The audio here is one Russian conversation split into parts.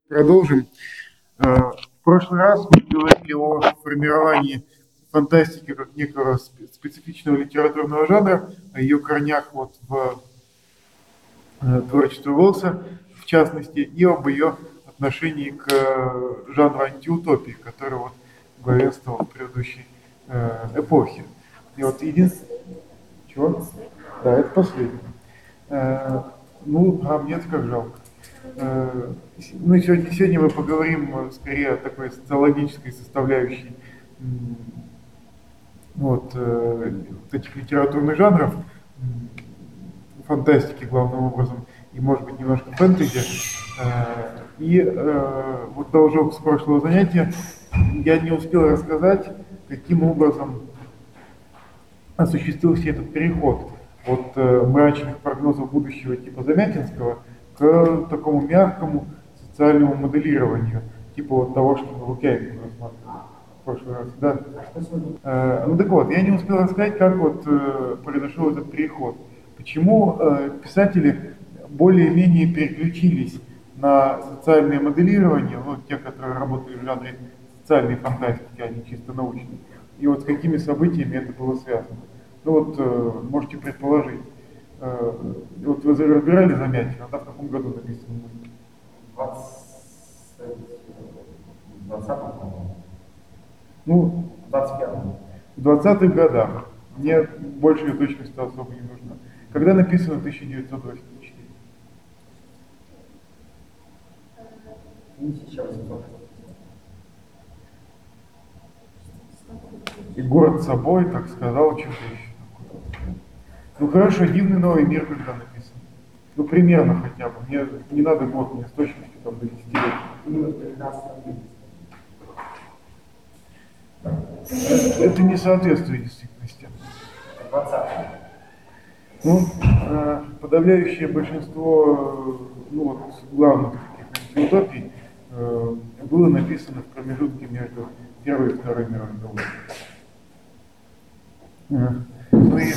Продолжим. В прошлый раз мы говорили о формировании фантастики как некого специфичного литературного жанра, о ее корнях в творчестве Уэллса, в частности, и об ее отношении к жанру антиутопии, который главенствовал в предыдущей эпохе. И единственное... Чего? Да, это последний. А мне-то как жалко. Сегодня мы поговорим скорее о такой социологической составляющей этих литературных жанров, фантастики главным образом, и, может быть, немножко фэнтези. Должок с прошлого занятия я не успел рассказать, каким образом осуществился этот переход от мрачных прогнозов будущего типа Замятинского к такому мягкому социальному моделированию, типа того, что мы Лукьяненко рассматривали в прошлый раз. Да. Я не успел рассказать, как произошел этот переход. Почему писатели более-менее переключились на социальное моделирование, те, которые работали в жанре социальной фантастики, а не чисто научной, и с какими событиями это было связано. Можете предположить. Вы разбирали Замятина, в каком году написано? В 20-м, по-моему. 25-м. В 20-х годах. Мне большая точность особо не нужна. Когда написано 1984? И город собой, так сказал, что-то еще. Хорошо, дивный новый мир, когда написано. Примерно хотя бы. Мне не надо год, мне с точностью до 10 лет. Это не соответствует действительности. 20-й. Подавляющее большинство главных таких антиутопий было написано в промежутке между Первой и Второй мировой войной.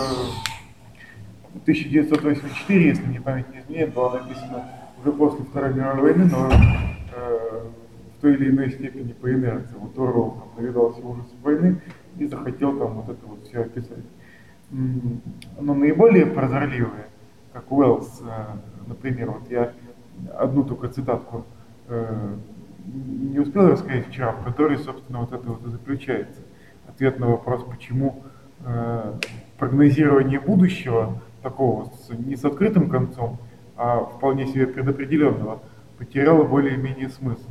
1984, если мне память не изменяет, была написана уже после Второй мировой войны, но в той или иной степени по инерции. Орвелл навидался ужасов войны и захотел это все описать. Но наиболее прозорливые, как Уэллс, например, я одну только цитатку не успел рассказать вчера, в которой, собственно, это и заключается. Ответ на вопрос, почему прогнозирование будущего такого не с открытым концом, а вполне себе предопределенного, потеряло более-менее смысл.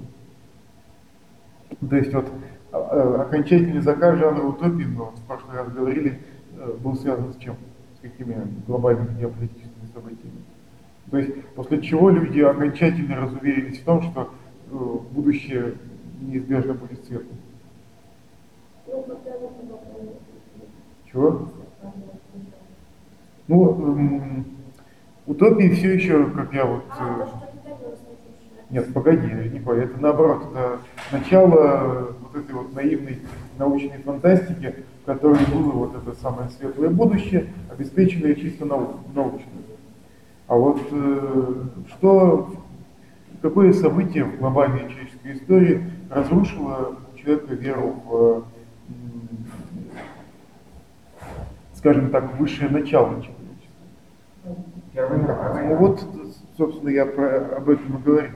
То есть окончательный заказ жанра утопии, мы в прошлый раз говорили, был связан с чем? С какими глобальными геополитическими событиями? То есть после чего люди окончательно разуверились в том, что будущее неизбежно будет светлым. Чего? Утопии все еще, как я Нет, погоди, Николай, это наоборот, это начало этой наивной научной фантастики, в которой было это самое светлое будущее, обеспеченное чисто научно. А какое событие в глобальной человеческой истории разрушило у человека веру в, скажем так, высшее начало человечества? Собственно, я об этом и говорю.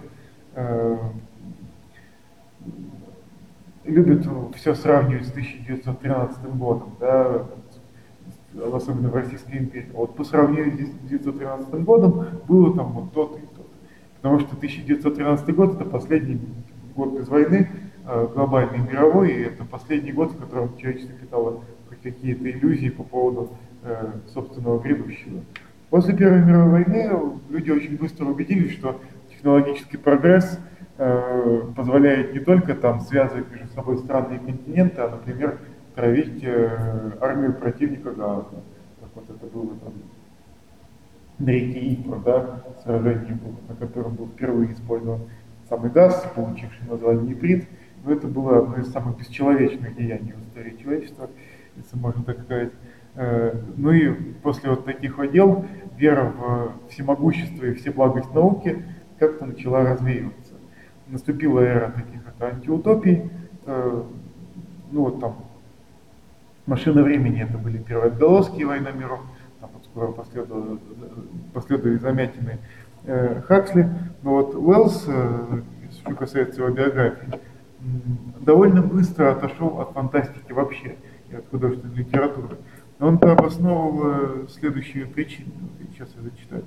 Любят все сравнивать с 1913 годом, да, особенно в Российской империи. По сравнению с 1913 годом было там то-то и то-то. Потому что 1913 год это последний год без войны, глобальный, мировой, и это последний год, в котором человечество питало какие-то иллюзии по поводу собственного грядущего. После Первой мировой войны люди очень быстро убедились, что технологический прогресс позволяет не только связывать между собой страны и континенты, а, например, травить армию противника газом, как это было на реке Ипр, да, сражение, на котором был впервые использован самый газ, получивший название иприт, но это было одно из самых бесчеловечных деяний в истории человечества, если можно так сказать. И после таких дел вера в всемогущество и всеблагость науки как-то начала развеиваться. наступила эра таких антиутопий. Ну вот там «Машина времени» это были первые отголоски «Война миров», там вот скоро последуют замятины Хаксли. Но вот Уэллс, что касается его биографии, довольно быстро отошел от фантастики вообще и от художественной литературы. Но он это обосновывал следующими причинами. Сейчас я зачитаю.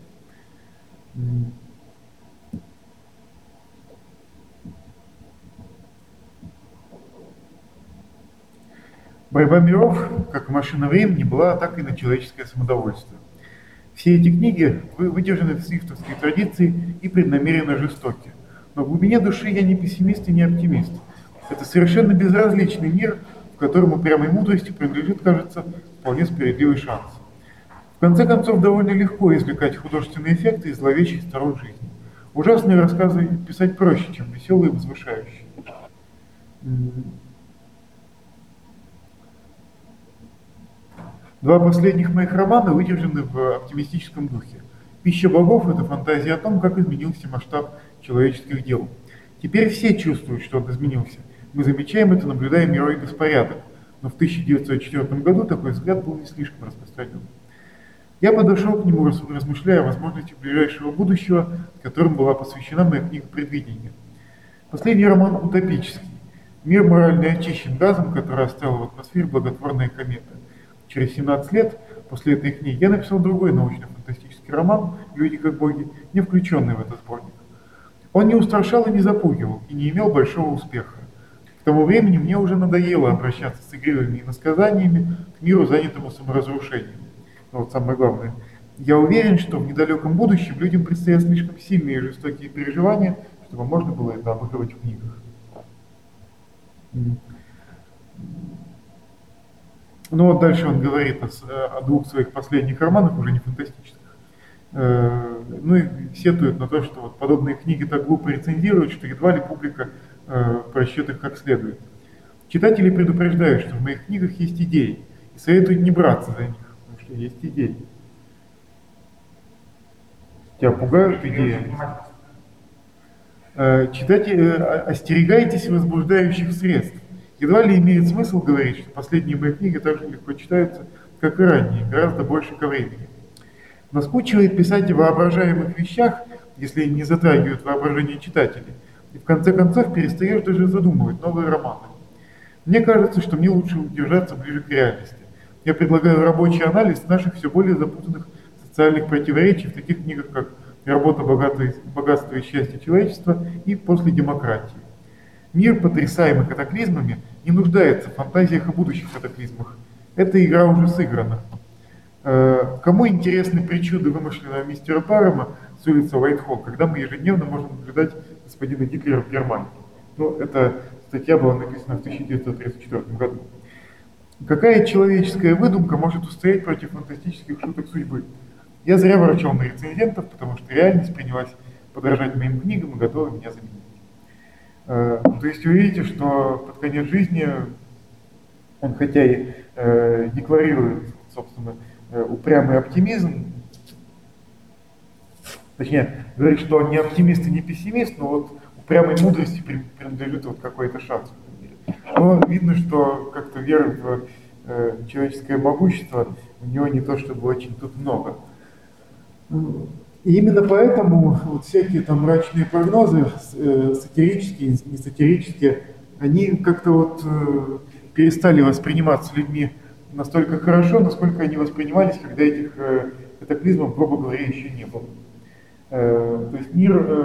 «Борьба миров, как и «Машина времени», была атакой на человеческое самодовольствие. Все эти книги выдержаны в свифтовской традиции и преднамеренно жестоки. Но в глубине души я не пессимист и не оптимист. Это совершенно безразличный мир, в котором упрямой мудрости принадлежит, кажется, вполне справедливый шанс. В конце концов, довольно легко извлекать художественные эффекты из зловещих сторон жизни. Ужасные рассказы писать проще, чем веселые и возвышающие. Два последних моих романа выдержаны в оптимистическом духе. «Пища богов» — это фантазия о том, как изменился масштаб человеческих дел. Теперь все чувствуют, что он изменился. Мы замечаем это, наблюдая мировой беспорядок. Но в 1904 году такой взгляд был не слишком распространен. Я подошел к нему, размышляя о возможности ближайшего будущего, которым была посвящена моя книга «Предвидение». Последний роман утопический. Мир морально очищен газом, который оставил в атмосфере благотворная комета. Через 17 лет после этой книги я написал другой научно-фантастический роман «Люди как боги», не включенный в этот сборник. Он не устрашал и не запугивал, и не имел большого успеха. К тому времени мне уже надоело обращаться с игривыми иносказаниями к миру, занятому саморазрушением. Но вот самое главное, я уверен, что в недалеком будущем людям предстоят слишком сильные и жестокие переживания, чтобы можно было это обыгрывать в книгах. Ну вот дальше он говорит о двух своих последних романах, уже не фантастических. Ну и сетует на то, что вот подобные книги так глупо рецензируют, что едва ли публика прочтет их как следует. Читатели предупреждают, что в моих книгах есть идеи, и советуют не браться за них, потому что есть идеи. Тебя пугают идеи? Читайте, остерегайтесь возбуждающих средств. Едва ли имеет смысл говорить, что последние мои книги так же легко читаются, как и ранние, гораздо больше ко времени. Наскучивает писать о воображаемых вещах, если они не затрагивают воображение читателей, и в конце концов перестаешь даже задумывать новые романы. Мне кажется, что мне лучше удержаться ближе к реальности. Я предлагаю рабочий анализ наших все более запутанных социальных противоречий в таких книгах, как «Работа, богатство и счастье человечества» и «После демократии». Мир, потрясаемый катаклизмами, не нуждается в фантазиях о будущих катаклизмах. Эта игра уже сыграна. Кому интересны причуды вымышленного мистера Парома с улицы Уайтхолл, когда мы ежедневно можем наблюдать господина Гитлера в Германии? Ну, эта статья была написана в 1934 году. Какая человеческая выдумка может устоять против фантастических шуток судьбы? Я зря ворчал на рецензентов, потому что реальность принялась подражать моим книгам и готова меня заменить. То есть вы видите, что под конец жизни он хотя и декларирует, собственно, упрямый оптимизм, точнее, говорит, что он не оптимист и не пессимист, но вот упрямой мудрости принадлежит вот какой-то шанс в этом мире. Но видно, что как-то веры в человеческое могущество у него не то чтобы очень тут много. И именно поэтому вот всякие там мрачные прогнозы, сатирические, не сатирические, они как-то вот перестали восприниматься людьми настолько хорошо, насколько они воспринимались, когда этих катаклизмов, грубо говоря, еще не было. То есть мир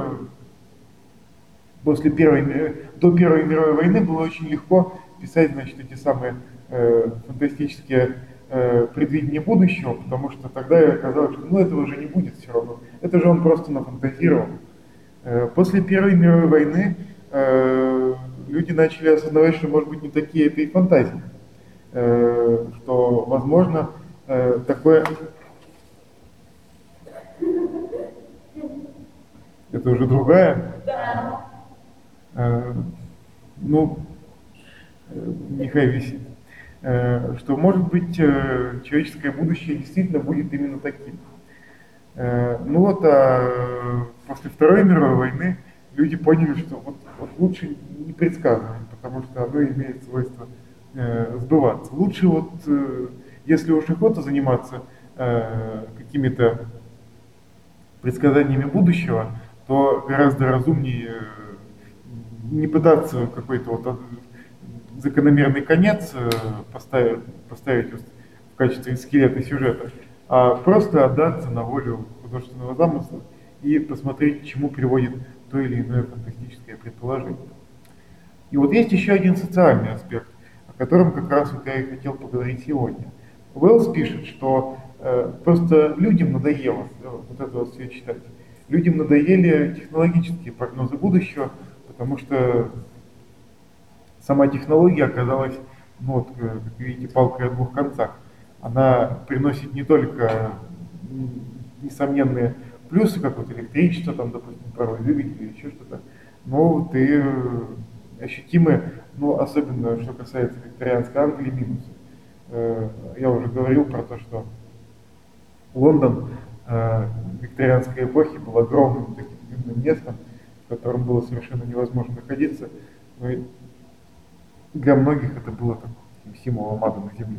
до Первой мировой войны было очень легко писать, значит, эти самые фантастические предвидение будущего, потому что тогда оказалось, что ну этого же не будет все равно. Это же он просто нафантазировал. После Первой мировой войны люди начали осознавать, что, может быть, не такие это и фантазии. Что, возможно, такое... Это уже другая? Ну, нехай висит. Что, может быть, человеческое будущее действительно будет именно таким. Ну вот, а после Второй мировой войны люди поняли, что вот вот лучше не предсказывать, потому что оно имеет свойство сбываться. Лучше вот, если уж охота заниматься какими-то предсказаниями будущего, то гораздо разумнее не пытаться какой-то вот закономерный конец поставить в качестве скелета сюжета, а просто отдаться на волю художественного замысла и посмотреть, к чему приводит то или иное фантастическое предположение. И вот есть еще один социальный аспект, о котором как раз вот я и хотел поговорить сегодня. Уэллс пишет, что просто людям надоело вот это вот все читать. Людям надоели технологические прогнозы будущего, потому что сама технология оказалась, ну вот, как видите, палкой о двух концах. Она приносит не только несомненные плюсы, как вот электричество, там, допустим, паровой двигатель или еще что-то, но вот и ощутимые, ну, особенно что касается викторианской Англии, минусы. Я уже говорил про то, что Лондон викторианской эпохи был огромным таким дымным местом, в котором было совершенно невозможно находиться. Но для многих это было таким символом ада на земле.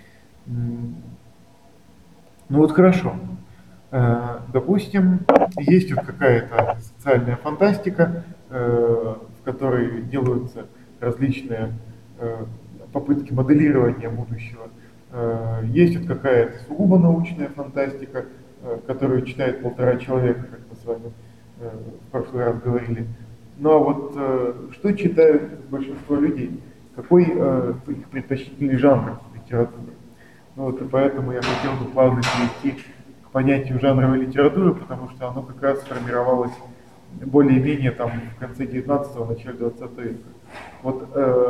Ну вот хорошо. Допустим, есть вот какая-то социальная фантастика, в которой делаются различные попытки моделирования будущего. Есть вот какая-то сугубо научная фантастика, которую читает 1,5 человека, как мы с вами в прошлый раз говорили. Ну а вот что читают большинство людей? Какой их предпочтительный жанр литературы? Ну вот и поэтому я хотел бы плавно перейти к понятию жанровой литературы, потому что оно как раз сформировалось более-менее там в конце 19-го, начале 20 века. Вот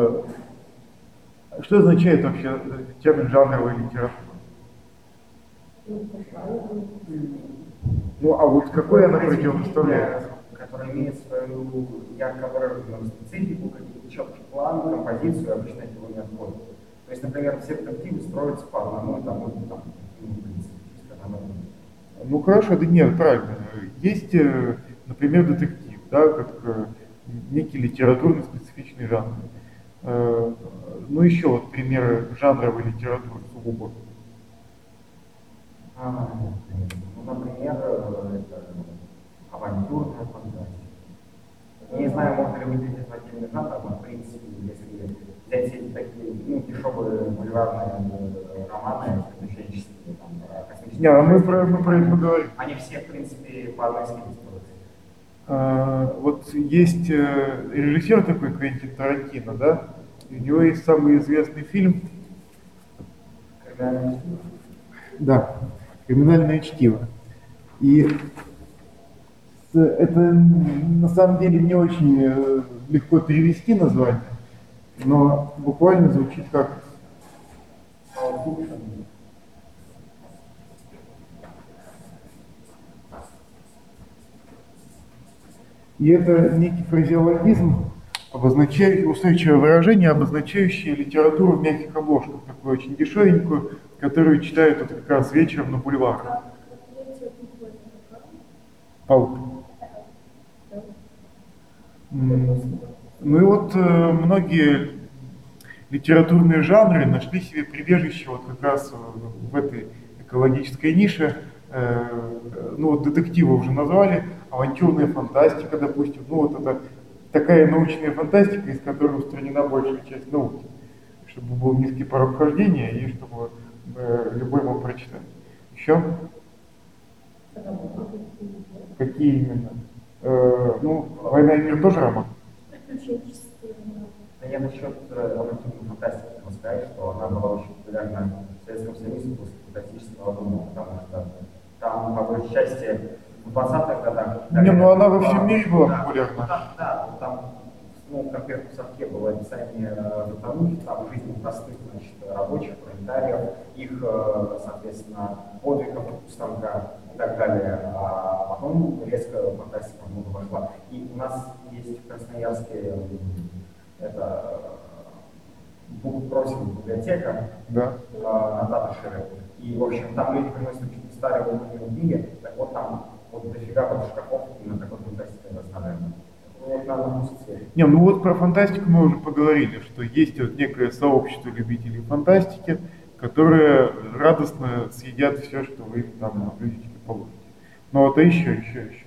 что означает вообще термин жанровая литература? Ну а вот какой она противопоставляет? Которая имеет свою ярко выраженную специфику, какие-то четкий план, композицию, обычно от него не отходит. То есть, например, все детективы строятся по одному и тому же там, принципу. Ну хорошо, да нет, правильно. Есть, например, детектив, да, как некий литературно специфичный жанр. Ну еще вот примеры жанровой литературы сугубо. Ну, например, это авантюрная фантастика. Я не знаю, можно ли выделить это отдельный жанр, но в принципе, если взять все эти такие, ну, дешевые бульварные романы, приключенческие, там, космические. Не, мы про это поговорим. Они все, в принципе, по одной схеме строятся. Вот есть режиссер такой Квентин Тарантино, да? И у него есть самый известный фильм. Криминальное чтиво? Да, «Криминальное чтиво». И это на самом деле не очень легко перевести название, но буквально звучит как и это некий фразеологизм, устойчивое выражение, обозначающее литературу в мягких обложках, такую очень дешевенькую, которую читают вот как раз вечером на бульварах. Палка. Ну и вот многие литературные жанры нашли себе прибежище вот как раз в этой экологической нише. Ну вот детективы уже назвали, авантюрная фантастика, допустим. Ну вот это такая научная фантастика, из которой устранена большая часть науки. Чтобы был низкий порог вхождения и чтобы любой мог прочитать. Еще? Какие именно? Ну, «Война и мир» тоже роман. Я насчет авантюрной фантастики хотел сказать, что она была очень популярна в Советском Союзе после фантастического дома, потому что там, по большей части, в 20-х годах... Не, ну она во всем мире была популярна. Да, там, ну, в конкретном совке было описание бытовухи, там жизни простых, значит, рабочих, пролетариев, их, соответственно, подвигов у станка и так далее. А потом резко фантастика много вошла. И у нас есть в Красноярске это букпросинг библиотека, да. На Татаршеве. И, в общем, там люди приносят очень старые умные книги, так вот там вот дофига вот шкафов именно такой фантастикой восстановлена. Вот надо музыке. Не, ну вот про фантастику мы уже поговорили, что есть вот некое сообщество любителей фантастики, которые радостно съедят все, что вы им там на блюдечке положите. Ну вот, а еще.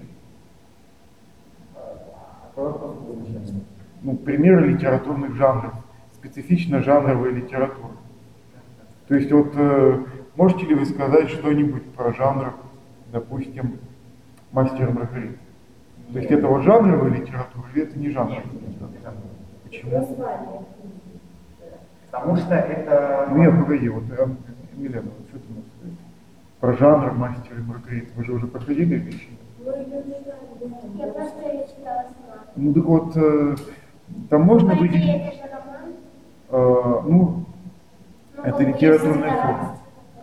Какой вопрос был изначально? Ну, примеры литературных жанров, специфично жанровая литература. То есть вот можете ли вы сказать что-нибудь про жанр, допустим, «Мастер и Маргарита»? То есть это вот жанровая литература или это не жанровая литература? Почему? Потому что это... Ну нет, погоди, вот, Милена, вот что ты можешь сказать? Про жанр «Мастер и Маргарита». Вы же уже проходили вещи? Я просто ее читала сама. Ну так вот, там можно По идее, выделить... это же роман. Ну, это литературная форма.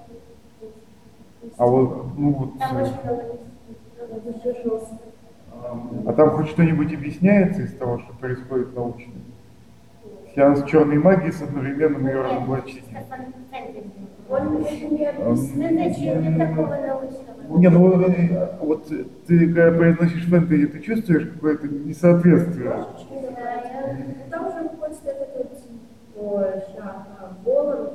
А вот, ну вот... Там очень много листов. А там хоть что-нибудь объясняется из того, что происходит научно? Сеанс черной магии с одновременным ее разоблачением. Он не зачем такого научного? Не, ну вот ты когда произносишь фэнтези, ты чувствуешь какое-то несоответствие? Там уже хочется этот шаг Воланд,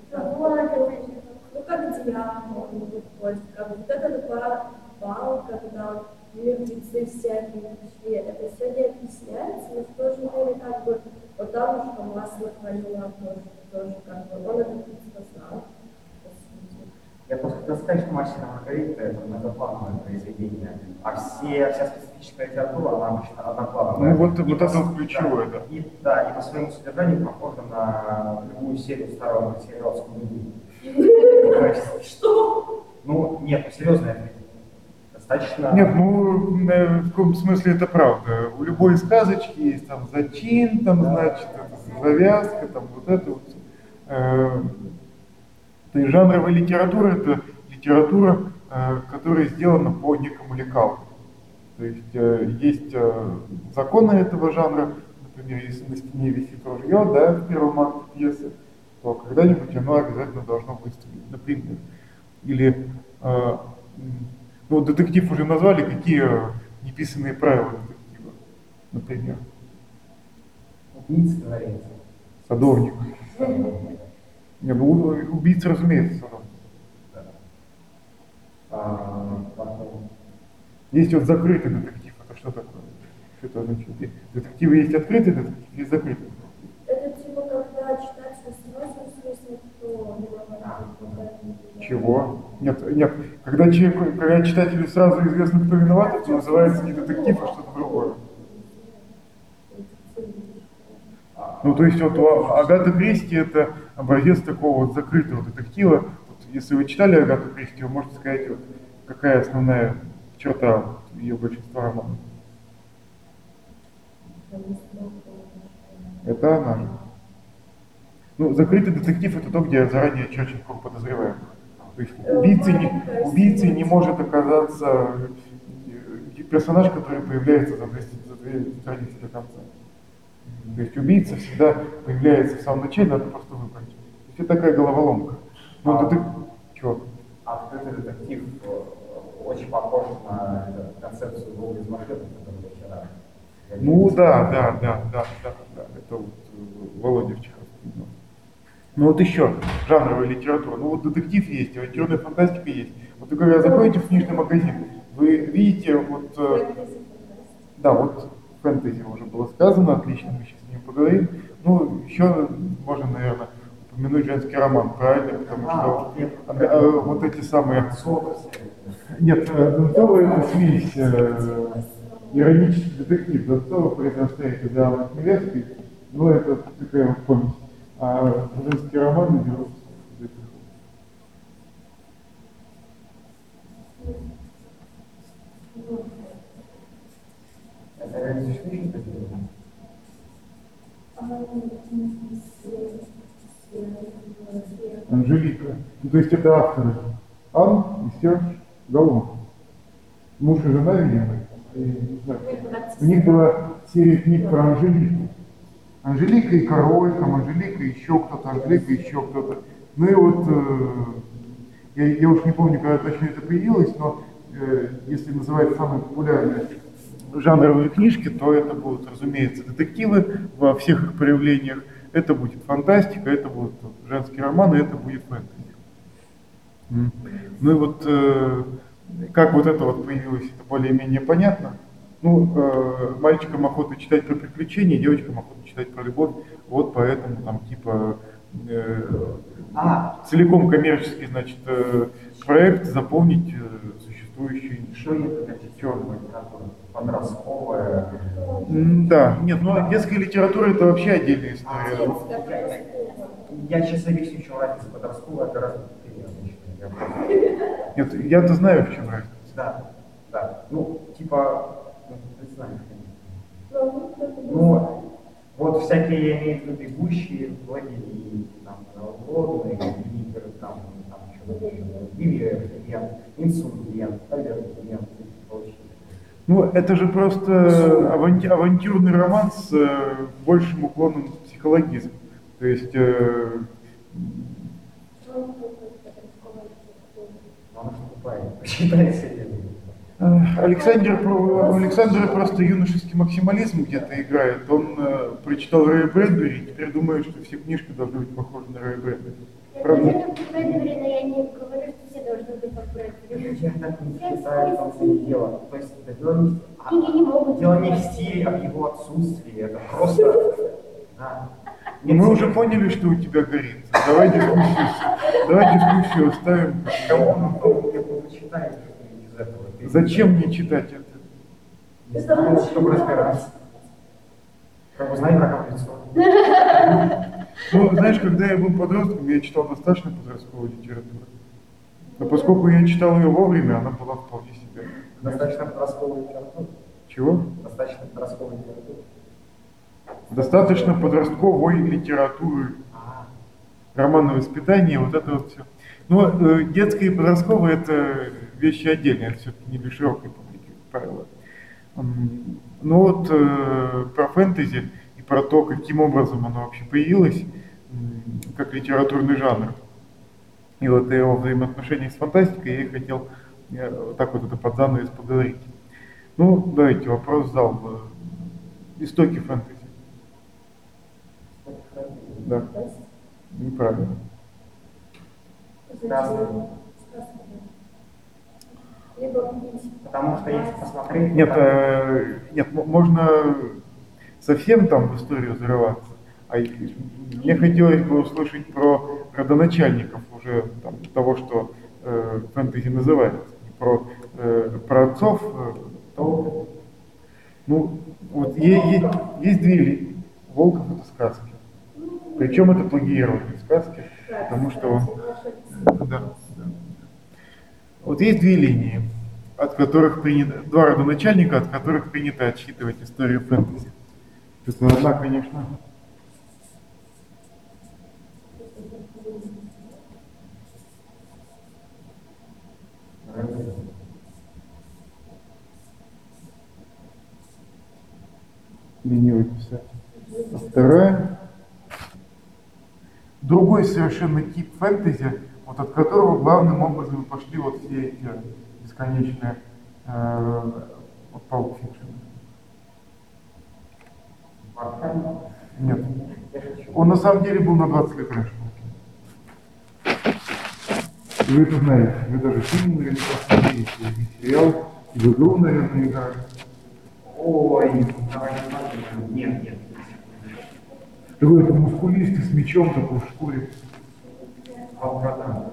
ну как дьявол, как вот этот бал, когда мертвецы всякие пришли, это все не объясняется, но в то же время как бы вот бабушка масло хвалила тоже как бы, он это знал. Я просто хотел сказать, что «Мастер и Маргарита» — это многоплановое произведение, а вся специфическая литература, она обычно одноплановая. Ну вот это вот ключевое, да. И по своему содержанию похоже на любую серию старого материала Скуби-Ду. Что? Ну, нет, серьезно, это достаточно... Нет, ну в каком смысле это правда. У любой сказочки есть там зачин, там значит завязка, там вот это вот. То есть жанровая литература — это литература, которая сделана по некому лекалу. То есть есть законы этого жанра, например, если на стене висит ружье, да, в первом акте пьесы, то когда-нибудь оно обязательно должно выстрелить, например. Или, ну, детектив уже назвали, какие неписанные правила детектива, например. Убийца, говорится. Садовник. Не, ну убийца, разумеется, садовник. Потом... Есть вот закрытый детектив, это что такое? Что это означает? Детективы есть открытый детектив, есть закрытый детектив. Это типа когда читатель сразу в смысле, кто виноват. Чего? Нет, когда читателю сразу известно, кто виноват, это называется не детектив, а что-то другое. Ну, то есть вот Агата Кристи — это образец такого вот закрытого детектива. Вот, если вы читали Агату Кристи, вы можете сказать, вот, какая основная черта ее большинства романов. Это она же. Ну, закрытый детектив — это то, где заранее очерчен круг подозреваемых. То есть убийцей не может оказаться персонаж, который появляется за 2 страницы до конца. То есть убийца всегда появляется в самом начале, надо просто выбрать. То есть это такая головоломка. Ну, чего? Открытый детектив очень похож на концепцию «Волга из машины», которую я вчера... Ну да. Это вот Володя вчера вспоминал. Ну вот еще жанровая литература. Ну вот детектив есть, авантюрная фантастика есть. Вот вы когда заходите в книжный магазин, вы видите вот... Да, вот фэнтези уже было сказано, отлично, мы сейчас с ним поговорим. Ну, еще можно, наверное, упомянуть женский роман, правильно? Потому что вот эти самые... Нет, Донцова — это смесь, иронический детектив. Донцова произрастает из Анны Хмелевской, ну, это такая вот помесь. А женский роман берут из этих. Анжелика. Ну, то есть это авторы. Ан и Серж Галлон. Муж и жена, видимо. Не знаю. У них была серия книг про Анжелику. Анжелика и король, там Анжелика, еще кто-то, Анжелика, еще кто-то. Ну и вот, я уж не помню, когда точно это появилось, но если называть самое популярное жанровые книжки, то это будут, разумеется, детективы во всех их проявлениях, это будет фантастика, это будут женские романы, это будет фэнтези. Ну и вот как вот это вот появилось, это более-менее понятно. Ну, мальчикам охота читать про приключения, девочкам охота читать про любовь, вот поэтому там типа целиком коммерческий, значит, проект заполнить существующий. Еще есть черная литература, подростковая. Да, нет, ну детская литература это вообще отдельная история. Я сейчас объясню, что разница подростковая гораздо быстрее обычно. Нет, я-то знаю, в чем разница. Да. Ну, типа, ты знаешь, конечно. Ну, вот всякие, я имею в виду, бегущие, владели, там, голодные, и там что-то еще, Библия, инсургент, аллергент, и прочее. Ну, это же просто авантюрный роман с большим уклоном в психологизм. То есть... Она что тупая, почитай себе. Александр просто юношеский максимализм где-то играет. Он прочитал Рэя Брэдбери и теперь думает, что все книжки должны быть похожи на Рэя Брэдбери. Правда? Брэдбери, но я не говорю, что все должны быть как Брэдбери. Я так не считаю, в том-то и дело. То есть это Книги не могут. дело не в стиле, а в его отсутствии. Это просто... Да. Мы уже поняли, что у тебя горит. Давай дискуссию оставим. Он читает из этого. Зачем мне читать это? Не знаю, чтобы разбираться. Как узнать про лицо. Ну, знаешь, когда я был подростком, я читал достаточно подростковую литературу. Но поскольку я читал ее вовремя, она была вполне себе. Достаточно подростковой литературы. Чего? Достаточно подростковой литературы. Достаточно подростковой литературы. Романное воспитание, вот это вот все. Но детское и подростковое это вещи отдельные, это все-таки не для широкой публики, как правило. Но вот про фэнтези и про то, каким образом оно вообще появилось, как литературный жанр, и вот о его взаимоотношениях с фантастикой, я и хотел вот так вот это под занавес поговорить. Ну, давайте, вопрос в зал. Истоки фэнтези. Да. Неправильно. Сказано. Потому что если посмотреть... Нет, можно совсем там в историю зарываться. А мне хотелось бы услышать про родоначальников уже там, того, что фэнтези называется. Про отцов. Ну, вот есть две линии. Волков это сказки. Причем это плагиирование сказки, потому что он... Да. Вот есть две линии, от которых принято, два родоначальника, от которых принято отсчитывать историю фэнтези. Это одна, конечно. Ленивый писать. А вторая. Другой совершенно тип фэнтези, вот от которого главным образом пошли вот все эти бесконечные Pulp Fiction. Нет. Он на самом деле был на 20 лет раньше. Вы это знаете, вы даже фильм наверняка смотрели, и сериал, и в игру, наверное, играли. Ой, давай не нет. Такой это мускулистый с мечом такой в шкуре. Волкодав.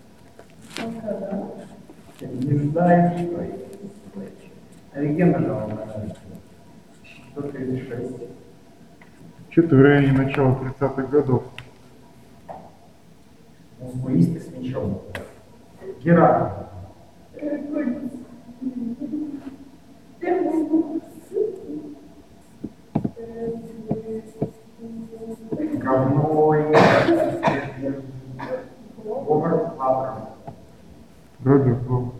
Не знаю, что это. Легенда же Волкодав. 136. Что-то в районе начала 30-х годов. Мускулистый с мечом. Геракл. Говной. Говард Лавров. Роберт был.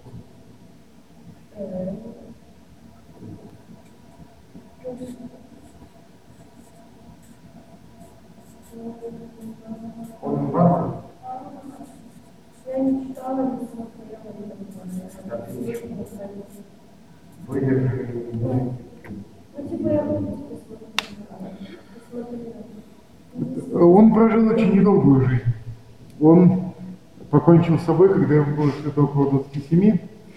Он Лавров. Я не читала, не смотрела. Выдержали. Он прожил очень недолгую жизнь. Он покончил с собой, когда ему было что-то около 27.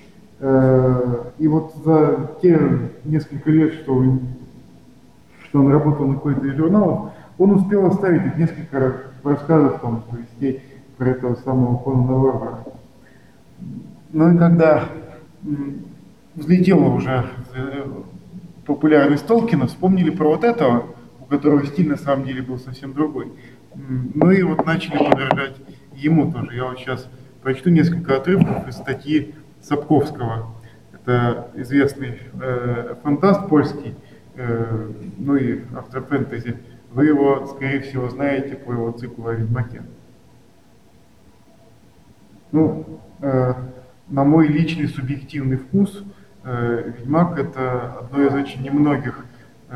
И вот за те несколько лет, что он работал на какой-то из журналов, он успел оставить несколько рассказов, там, повестей про этого самого Конана Варвара. Ну и когда взлетела уже популярность Толкина, вспомнили про вот этого, у которого стиль на самом деле был совсем другой. Ну и вот начали подражать ему тоже. Я вот сейчас прочту несколько отрывков из статьи Сапковского. Это известный фантаст польский, ну и автор фэнтези. Вы его, скорее всего, знаете по его циклу о Ведьмаке. Ну, на мой личный субъективный вкус, Ведьмак — это одно из очень немногих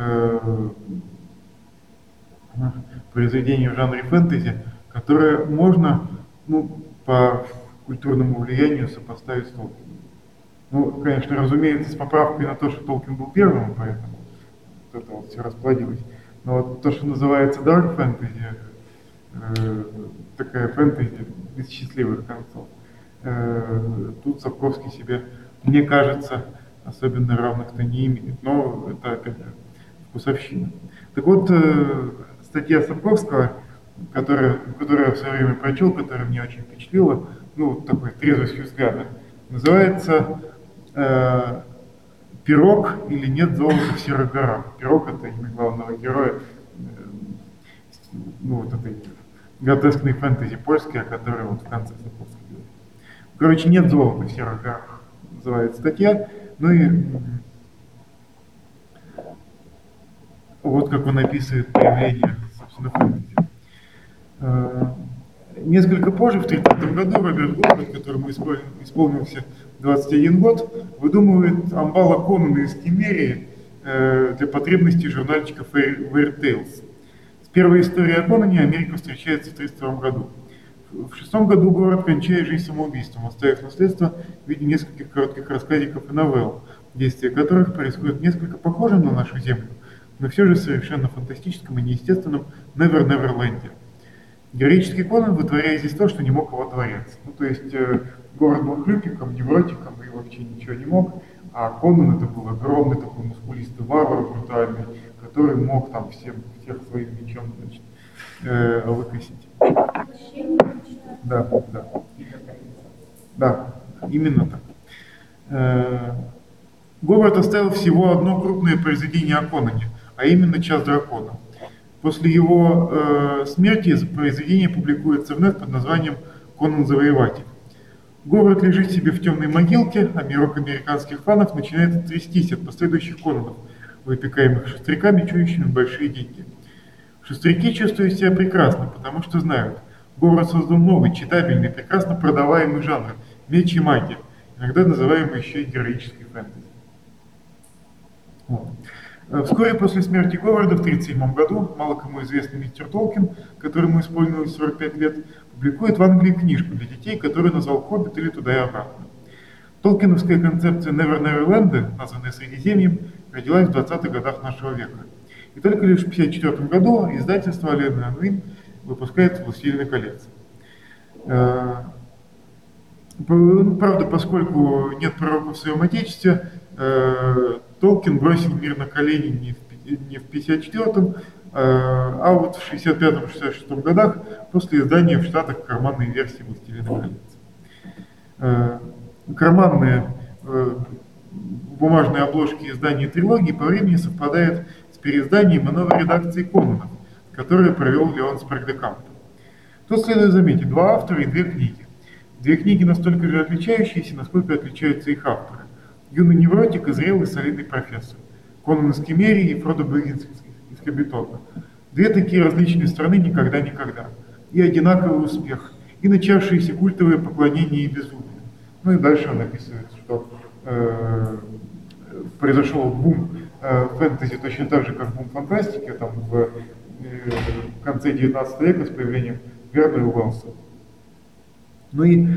произведений в жанре фэнтези, которое можно, ну, по культурному влиянию сопоставить с Толкином. Ну, конечно, разумеется, с поправкой на то, что Толкин был первым, поэтому вот это вот все расплодилось. Но вот то, что называется dark fantasy, такая фэнтези без счастливых концов, тут Сапковский себе, мне кажется, особенно равных-то не имеет. Но это, опять же, вкусовщина. Так вот, статья Сапковского, которую я в свое время прочел, которая меня очень впечатлила, ну, вот такой трезвостью взгляда, называется «Пирог или нет золота в серых горах». Пирог — это имя главного героя, ну, вот этой гротескной фэнтези польской, о которой вот в конце Сапковский говорит. Короче, «Нет золота в серых горах» называется статья. Ну и вот как он описывает появление, собственно, фэнтези. Несколько позже, в 1930 году, Роберт Говард, которому исполнился 21 год, выдумывает амбала Конана из Киммерии для потребностей журнальчика Weird Tales. С первой историей о Конане Америка встречается в 1932 году. В 1906 году Говард кончает жизнь самоубийством, оставив наследство в виде нескольких коротких рассказиков и новелл, действия которых происходят несколько похожим на нашу Землю, но все же совершенно фантастическом и неестественном Неверленде. Героический Конан вытворяет здесь то, что не мог его творец. Ну, то есть Говард был хлюпиком, невротиком и вообще ничего не мог, а Конан это был огромный такой мускулистый варвар брутальный, который мог там всех своим мечом, значит, выкосить. Да, именно так. Говард оставил всего одно крупное произведение о Конане, а именно «Час дракона». После его смерти произведение публикуется вновь под названием «Конан Завоеватель». Говард лежит себе в темной могилке, а мирок американских фанов начинает трястись от последующих Конанов, выпекаемых шустряками, чующими большие деньги. Шустряки чувствуют себя прекрасно, потому что знают, Говард создал новый, читабельный, прекрасно продаваемый жанр – меч и магия, иногда называемый еще и героической фэнтези. Вот. Вскоре после смерти Говарда в 1937 году мало кому известный мистер Толкин, которому исполнилось 45 лет, публикует в Англии книжку для детей, которую назвал «Хоббит» или «Туда и обратно». Толкиновская концепция Неверленда, названная Средиземьем, родилась в 20-х годах нашего века. И только лишь в 1954 году издательство Аллен и Unwin выпускает «Властелина колец». Правда, поскольку нет пророка в своем отечестве, Толкин бросил мир на колени не в 1954-м, а вот в 1965-1966 годах после издания в Штатах карманной версии «Властелина колец». Карманные бумажные обложки издания трилогии по времени совпадают с переизданием и новой редакцией Конана, которую провел Леон Спрэг-де-Камп. Тут следует заметить, два автора и две книги. Две книги настолько же отличающиеся, насколько отличаются их авторы. Юный невротик и зрелый солидный профессор. Конан из Киммерии и Фродо Бэггинс из Хоббитона. Две такие различные страны никогда. И одинаковый успех, и начавшиеся культовые поклонения и безумие. Ну и дальше он описывает, что произошел бум фэнтези точно так же, как бум фантастики там, в конце 19 века с появлением Верна и Уэллса. Ну и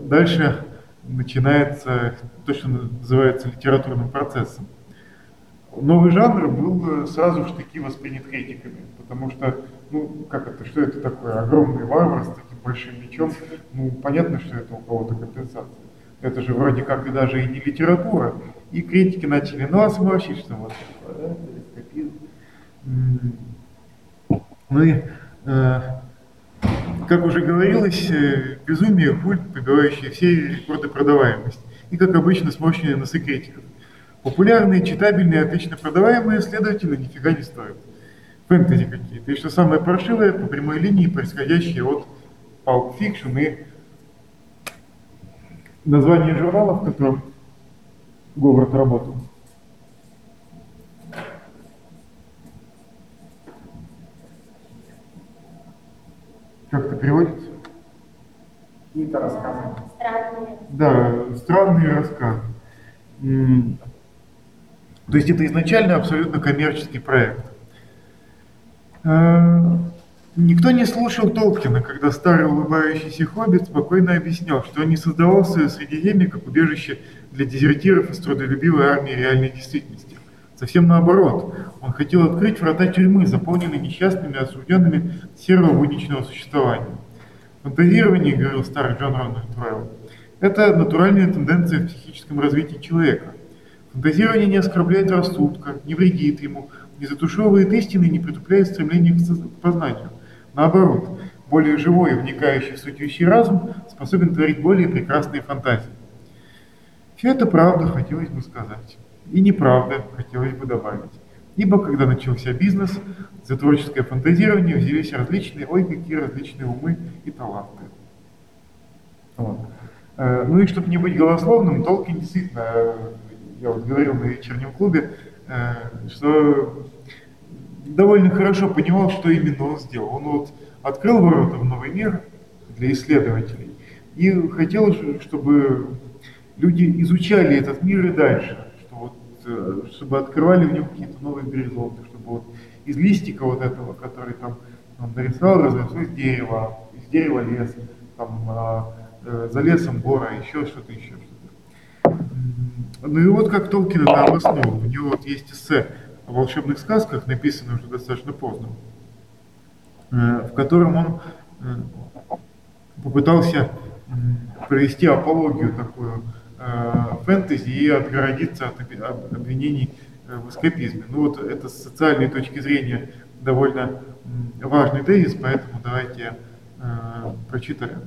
дальше начинается то, что называется литературным процессом. новый жанр был сразу же таки воспринят критиками, потому что, ну, как это, что это такое, огромный варвар с таким большим мечом, ну, понятно, что это у кого-то компенсация. Это же вроде как и даже и не литература, и критики начали нос морщить, что вот это эскапизм. Ну и, как уже говорилось, безумие, культ, побивающий все рекорды продаваемости. И, как обычно, сморщенные носы критиков. Популярные, читабельные, отлично продаваемые, следовательно, нифига не стоят. Фэнтези какие-то. И что самое паршивое, по прямой линии, происходящие от Pulp Fiction и название журнала, в котором Говард работал. Как это переводится? Какие-то рассказы. Странные. Да, странные рассказы. То есть это изначально абсолютно коммерческий проект. Никто не слушал Толкина, когда старый улыбающийся хоббит спокойно объяснял, что он не создавался Средиземье как убежище для дезертиров из трудолюбивой армии реальной действительности. Совсем наоборот, он хотел открыть врата тюрьмы, заполненные несчастными осужденными серого будничного существования. Фантазирование, говорил старый Джон Рональд Ройл, это натуральная тенденция в психическом развитии человека. Фантазирование не оскорбляет рассудка, не вредит ему, не затушевывает истины и не притупляет стремление к познанию. Наоборот, более живой и вникающий в суть вещей разум способен творить более прекрасные фантазии. Все это правда, хотелось бы сказать. И неправда, хотелось бы добавить. Ибо когда начался бизнес, за творческое фантазирование взялись различные, ой, какие различные умы и таланты. Вот. Ну и чтобы не быть голословным, Толкин действительно, я вот говорил на вечернем клубе, что довольно хорошо понимал, что именно он сделал. Он вот открыл ворота в новый мир для исследователей и хотел, чтобы люди изучали этот мир и дальше, что вот, чтобы открывали в нем какие-то новые горизонты, чтобы вот из листика вот этого, который там он нарисовал, разрослось дерево, из дерева лес, там, за лесом гора, еще что-то. Ну и вот как Толкин это обосновал. У него вот есть эссе о волшебных сказках, написанное уже достаточно поздно, в котором он попытался провести апологию такую фэнтези и отгородиться от обвинений в эскапизме. Ну вот это с социальной точки зрения довольно важный тезис, поэтому давайте прочитаем.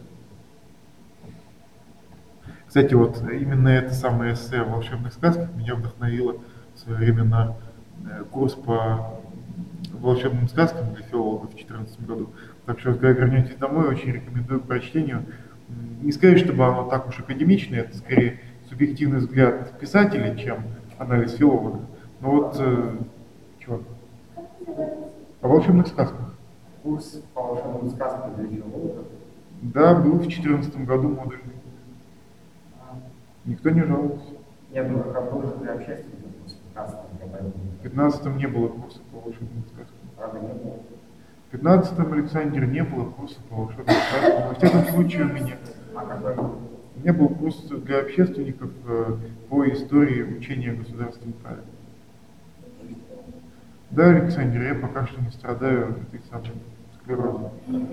Кстати, вот именно это самое эссе о волшебных сказках меня вдохновило в свое время на курс по волшебным сказкам для филологов в 2014 году. Так что, когда вернетесь домой, очень рекомендую к прочтению. Не сказать, чтобы оно так уж академичное, это скорее субъективный взгляд писателя, чем анализ филолога. Но вот, чего? О волшебных сказках. Курс по волшебным сказкам для филологов. Да, был в 2014 году модульный. Никто не жаловался. Я думаю, как был же для общественных курсов, в 15-м не было курса по волшебным сказкам. Правда, не было. В 15-м, Александр, не было курса по волшебным сказкам. Во всяком случае, у меня. А какой был? У меня был курс для общественников по истории учения о государственном праве. Да, Александр, я пока что не страдаю этой самой склерозом.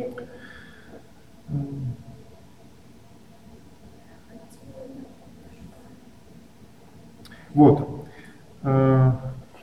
Вот. В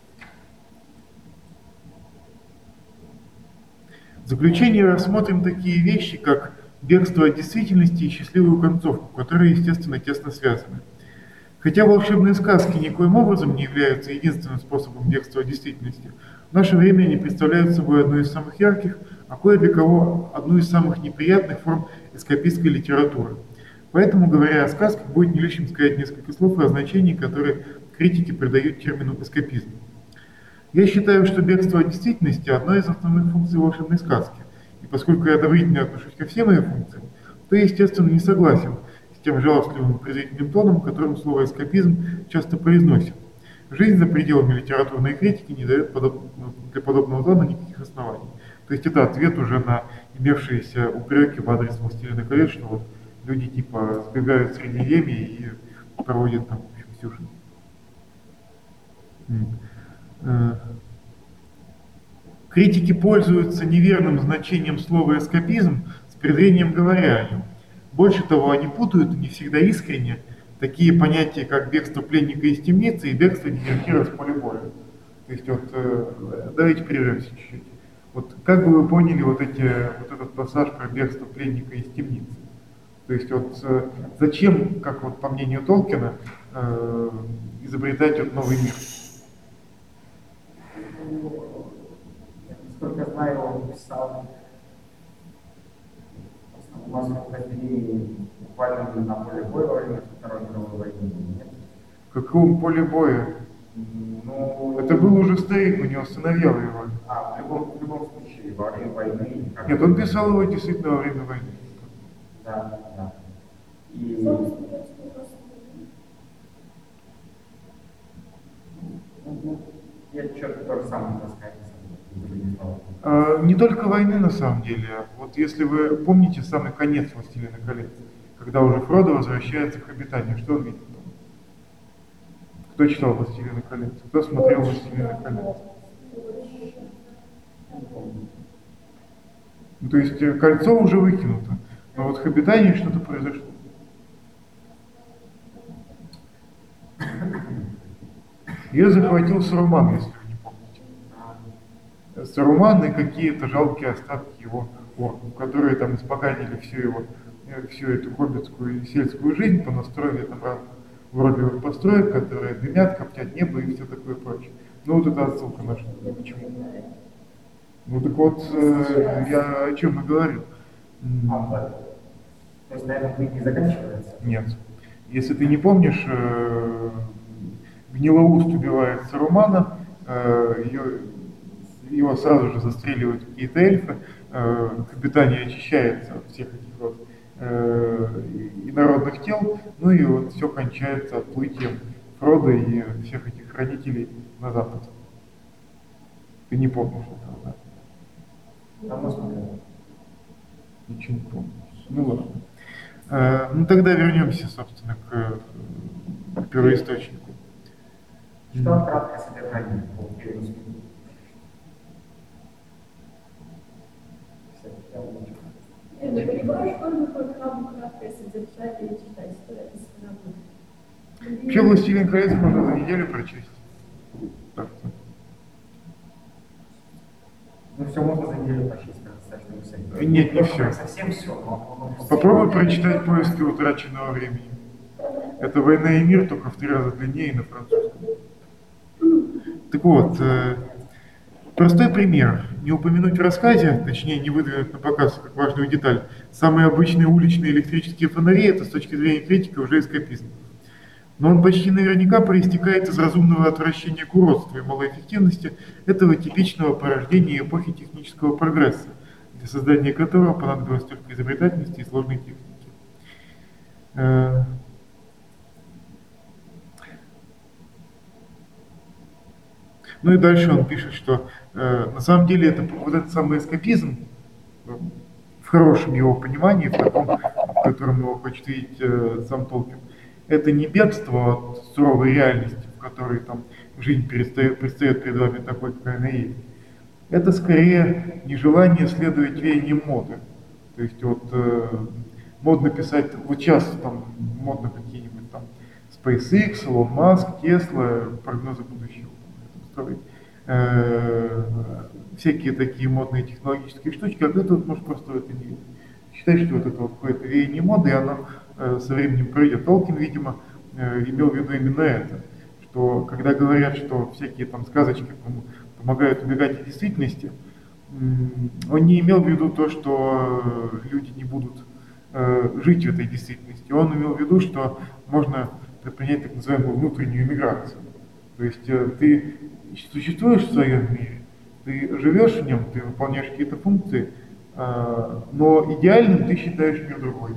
заключение рассмотрим такие вещи, как бегство от действительности и счастливую концовку, которые, естественно, тесно связаны. Хотя волшебные сказки никоим образом не являются единственным способом бегства от действительности, в наше время они представляют собой одну из самых ярких, а кое для кого одну из самых неприятных форм эскапистской литературы. Поэтому, говоря о сказках, будет не лишним сказать несколько слов о значении, которые критики придают термину эскапизм. Я считаю, что бегство от действительности – одна из основных функций волшебной сказки. И поскольку я одобрительно отношусь ко всем ее функциям, то я, естественно, не согласен с тем жалостливым презрительным тоном, которым слово «эскапизм» часто произносим. Жизнь за пределами литературной критики не дает для подобного тона никаких оснований. То есть это ответ уже на имевшиеся упреки в адрес «Властелина колец», что вот люди типа сбегают в Средиземье и проводят там всю жизнь. Критики пользуются неверным значением слова «эскапизм» с презрением говоря о нем. Больше того, они путают, не всегда искренне, такие понятия, как бегство пленника из темницы и бегство дезертира с поля боя. То есть вот, давайте прервемся чуть-чуть. Вот как бы вы поняли вот этот пассаж про бегство пленника из темницы? То есть вот зачем, как вот по мнению Толкина, изобретать вот новый мир? Насколько знаю, он писал основном разделении буквально на поле боя во время Второй мировой войны. Нет? В каком поле боя? Ну, это был уже старик, у него сыновья воевали. В любом случае, во время войны. Нет, он писал его действительно во время войны. Да, да. И... Я что-то то же самое рассказывал. Не только войны на самом деле. Вот если вы помните самый конец «Властелина колец», когда уже Фродо возвращается к обитанию, что он видит там? Кто читал «Властелина колец»? Кто смотрел «Властелина колец»? Ну, то есть кольцо уже выкинуто, но вот в обитании что-то произошло. Ее захватил Саруман, если вы не помните. Саруман и какие-то жалкие остатки его орков, которые там испоганили всю эту хоббитскую и сельскую жизнь, понастроили там разных уродливых построек, которые дымят, коптят небо и все такое прочее. Ну вот это отсылка наша. Почему? Ну так вот, я о чем и говорю. То есть на этом книга не заканчивается? Нет. Если ты не помнишь, Гнилоуст убивает Сарумана, его сразу же застреливают какие-то эльфы, Капитания очищается от всех этих вот инородных тел, ну и вот все кончается отплытием Фродо и всех этих хранителей на запад. Ты не помнишь этого, да? Ничего не помнишь. Ну ладно. Ну тогда вернемся, собственно, к первоисточнику. Что краткое содержание по первому? Я не понимаю, что такое краткое содержание и читать, что это сравнивать. Вообще «Властелин колец» можно за неделю прочесть. Так-то. Ну все можно за неделю прочесть, достаточно. Нет, не все. Совсем все. Попробуй прочитать «Поиски утраченного времени». Это «Война и мир», только в 3 раза длиннее на французском. Так вот, простой пример. Не упомянуть в рассказе, точнее не выдвинуть на показ как важную деталь, самые обычные уличные электрические фонари – это с точки зрения критика уже эскапизм. Но он почти наверняка проистекает из разумного отвращения к уродству и малоэффективности этого типичного порождения эпохи технического прогресса, для создания которого понадобилось только изобретательности и сложной техники. Ну и дальше он пишет, что на самом деле это вот этот самый эскапизм, в хорошем его понимании, в таком, в котором его хочет видеть сам Толкин, это не бегство от суровой реальности, в которой там жизнь предстает перед вами такой, какая она есть. Это скорее нежелание следовать веяниям моды. То есть вот модно писать, вот сейчас там модно какие-нибудь там SpaceX, Elon Musk, Tesla, прогнозы будущего строить. Всякие такие модные технологические штучки, а кто-то вот может просто в это не верить. Считать, что вот это вот какое-то веяние моды, и оно со временем пройдет. Толкин, видимо, имел в виду именно это, что когда говорят, что всякие там сказочки помогают убегать от действительности, он не имел в виду то, что люди не будут жить в этой действительности. Он имел в виду, что можно предпринять так называемую внутреннюю миграцию. То есть ты существуешь в своем мире, ты живешь в нем, ты выполняешь какие-то функции, но идеальным ты считаешь мир другой.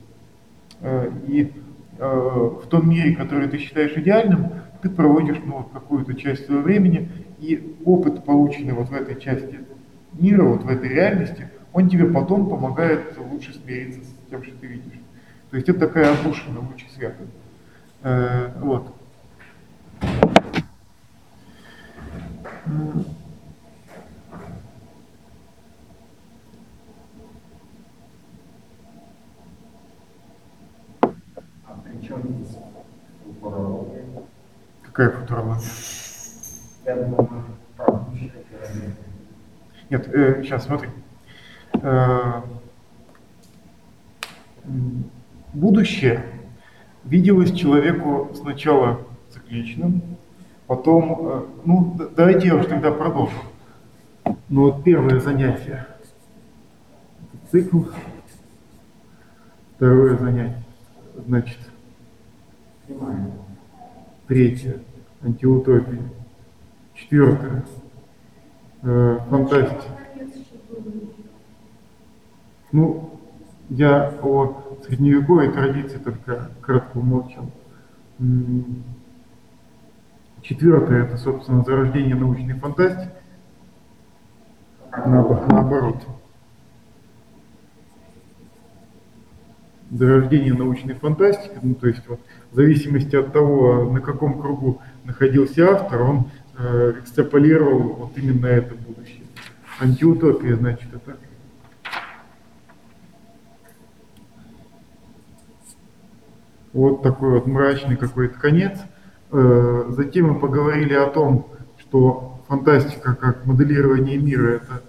И в том мире, который ты считаешь идеальным, ты проводишь какую-то часть своего времени, и опыт, полученный вот в этой части мира, вот в этой реальности, он тебе потом помогает лучше смириться с тем, что ты видишь. То есть это такая отдушина в луче света. Вот. А при чем здесь футурология? Какая футурология? Я думаю, про будущее. Нет, сейчас смотри. Будущее виделось человеку сначала цикличным, потом, ну, давайте я уж тогда продолжу. Ну вот первое занятие – цикл, второе занятие, значит, третье – антиутопия, четвертое – фантастика. Ну, я о средневековой традиции только кратко умолчал. Четвертое – это, собственно, зарождение научной фантастики. Наоборот. Зарождение научной фантастики, ну, то есть вот, в зависимости от того, на каком кругу находился автор, он экстраполировал вот именно это будущее. Антиутопия, значит, это вот такой вот мрачный какой-то конец. Затем мы поговорили о том, что фантастика как моделирование мира — это,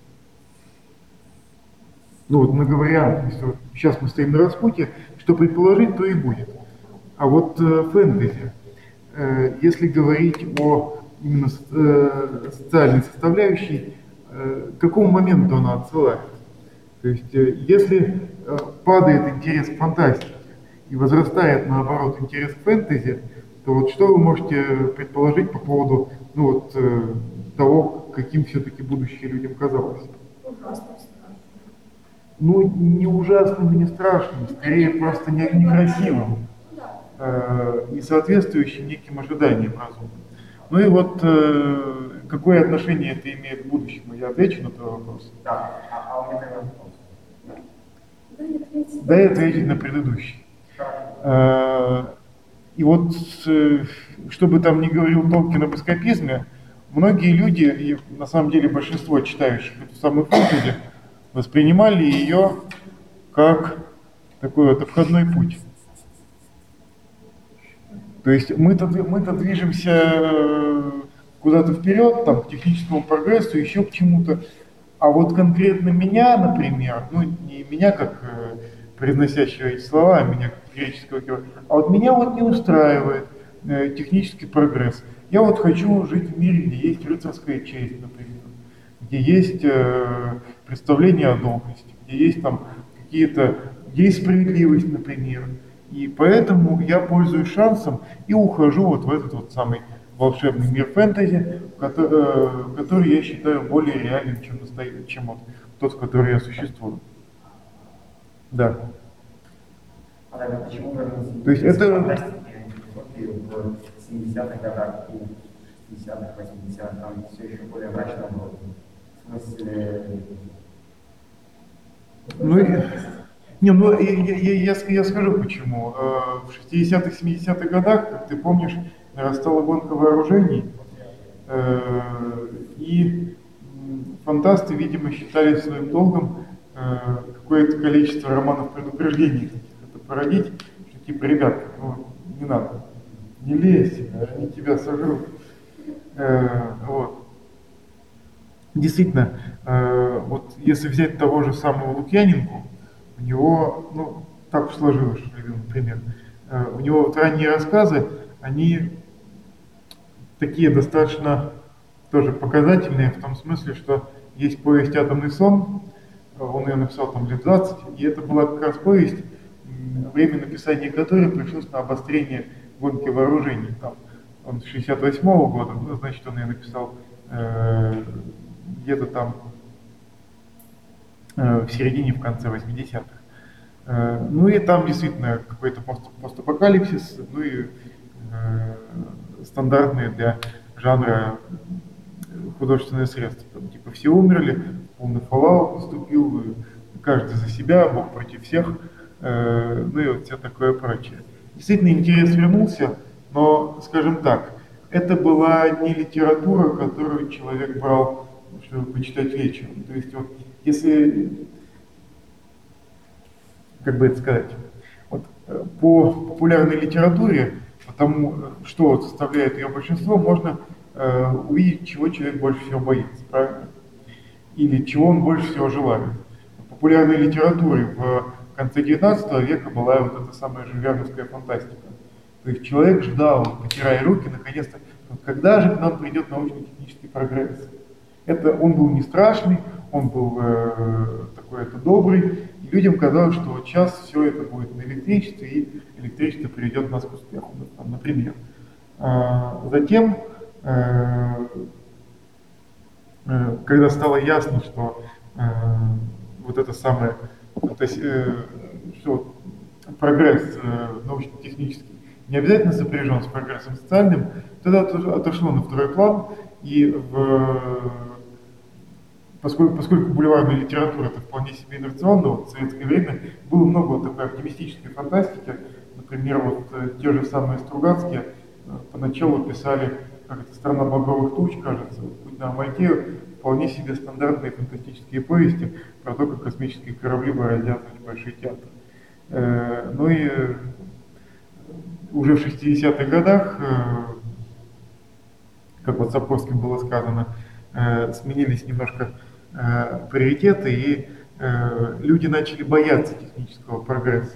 ну вот многовариантность. Вот сейчас мы стоим на распутье, что предположить, то и будет. А вот фэнтези, если говорить о именно социальной составляющей, к какому моменту она отсылает? То есть если падает интерес к фантастике и возрастает, наоборот, интерес к фэнтези, то вот что вы можете предположить по поводу, ну вот, того, каким все-таки будущее людям казалось? Ужасно страшно. Ну, не ужасным и не страшным, скорее просто некрасивым, не соответствующим неким ожиданиям разума. Ну и вот какое отношение это имеет к будущему? Я отвечу на этот вопрос. Да, а у меня такой вопрос. Дай ответить на предыдущий. И вот, что бы там ни говорил Толкин об эскапизме, многие люди, и на самом деле большинство читающих эту самую фэнтези, воспринимали ее как такой вот обходной путь. То есть мы-то движемся куда-то вперед, там, к техническому прогрессу, еще к чему-то. А вот конкретно меня, например, ну не меня как произносящего эти слова, а меня как греческого героя, а вот меня вот не устраивает технический прогресс. Я вот хочу жить в мире, где есть рыцарская честь, например, где есть представление о доблести, где есть там какие-то, где есть справедливость, например. И поэтому я пользуюсь шансом и ухожу вот в этот вот самый волшебный мир фэнтези, который я считаю более реальным, чем вот тот, в котором я существую. Да. А тогда почему же То есть это... фантастики в 70-х годах и 60-х, 80-х, там все еще более мрачно было? В смысле... Я скажу почему. В 60-х, 70-х годах, как ты помнишь, нарастала гонка вооружений, и фантасты, видимо, считали своим долгом какое-то количество романов предупреждений это породить, что типа, ребят, ну, не надо, не лезь, они тебя сожрут. Вот. Действительно, вот если взять того же самого Лукьяненко, у него, ну, так уж сложилось, что любимый пример, у него вот ранние рассказы, они такие достаточно тоже показательные в том смысле, что есть повесть «Атомный сон», он ее написал там лет 20, и это была как раз повесть, время написания которой пришлось на обострение гонки вооружений. Там, он с 68-го года, ну, значит, он ее написал где-то там в середине, в конце 80-х. Ну и там действительно какой-то постапокалипсис, ну и стандартные для жанра художественные средства. Там, типа все умерли, полный fallout наступил, каждый за себя, Бог против всех, ну и вот все такое прочее. Действительно интерес вернулся, но, скажем так, это была не литература, которую человек брал, чтобы почитать вечером. То есть вот если, как бы это сказать, вот, по популярной литературе, по тому, что составляет ее большинство, можно увидеть, чего человек больше всего боится, правильно? Или чего он больше всего желает. В популярной литературе в конце XIX века была вот эта самая жульверновская фантастика. То есть человек ждал, потирая руки, наконец-то, вот когда же к нам придет научно-технический прогресс. Это он был не страшный, он был такой-то добрый, и людям казалось, что вот сейчас все это будет на электричестве, и электричество приведет нас к успеху, например. Затем, когда стало ясно, что вот это самое, что прогресс научно-технический не обязательно сопряжен с прогрессом социальным, тогда отошло на второй план, и поскольку бульварная литература это вполне себе инерционно, вот в советское время было много вот такой оптимистической фантастики. Например, вот те же самые Стругацкие поначалу писали, как это «Страна багровых туч», кажется, «Путь на Амальтею», вполне себе стандартные фантастические повести про то, как космические корабли бороздят большой театр. Ну и уже в 60-х годах, как вот Сапковским было сказано, сменились немножко приоритеты, и люди начали бояться технического прогресса.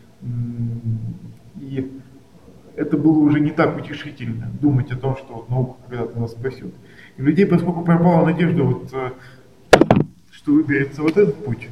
И это было уже не так утешительно думать о том, что вот наука когда-то нас спасет. И у людей, поскольку пропала надежда, вот, что выберется вот этот путь,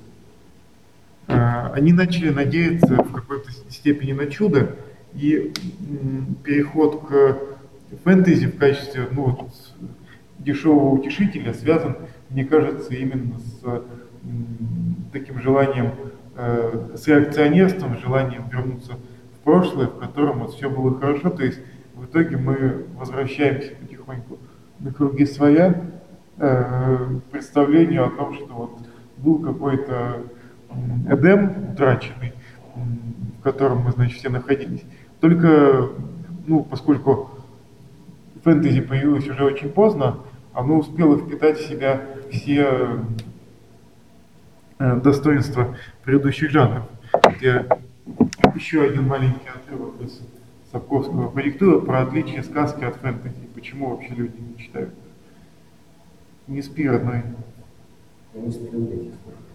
они начали надеяться в какой-то степени на чудо, и переход к фэнтези в качестве дешевого утешителя связан, мне кажется, именно с таким желанием, с реакционерством, желанием вернуться в прошлое, в котором вот все было хорошо. То есть в итоге мы возвращаемся потихоньку на круги своя, к представлению о том, что вот был какой-то Эдем утраченный, в котором мы, значит, все находились. Только, поскольку фэнтези появилось уже очень поздно, оно успело впитать в себя все достоинства предыдущих жанров. Я еще один маленький отрывок из Сапковского продиктую про отличие сказки от фэнтези. Почему вообще люди не читают? Не спи, родной. Я не сплю, дети.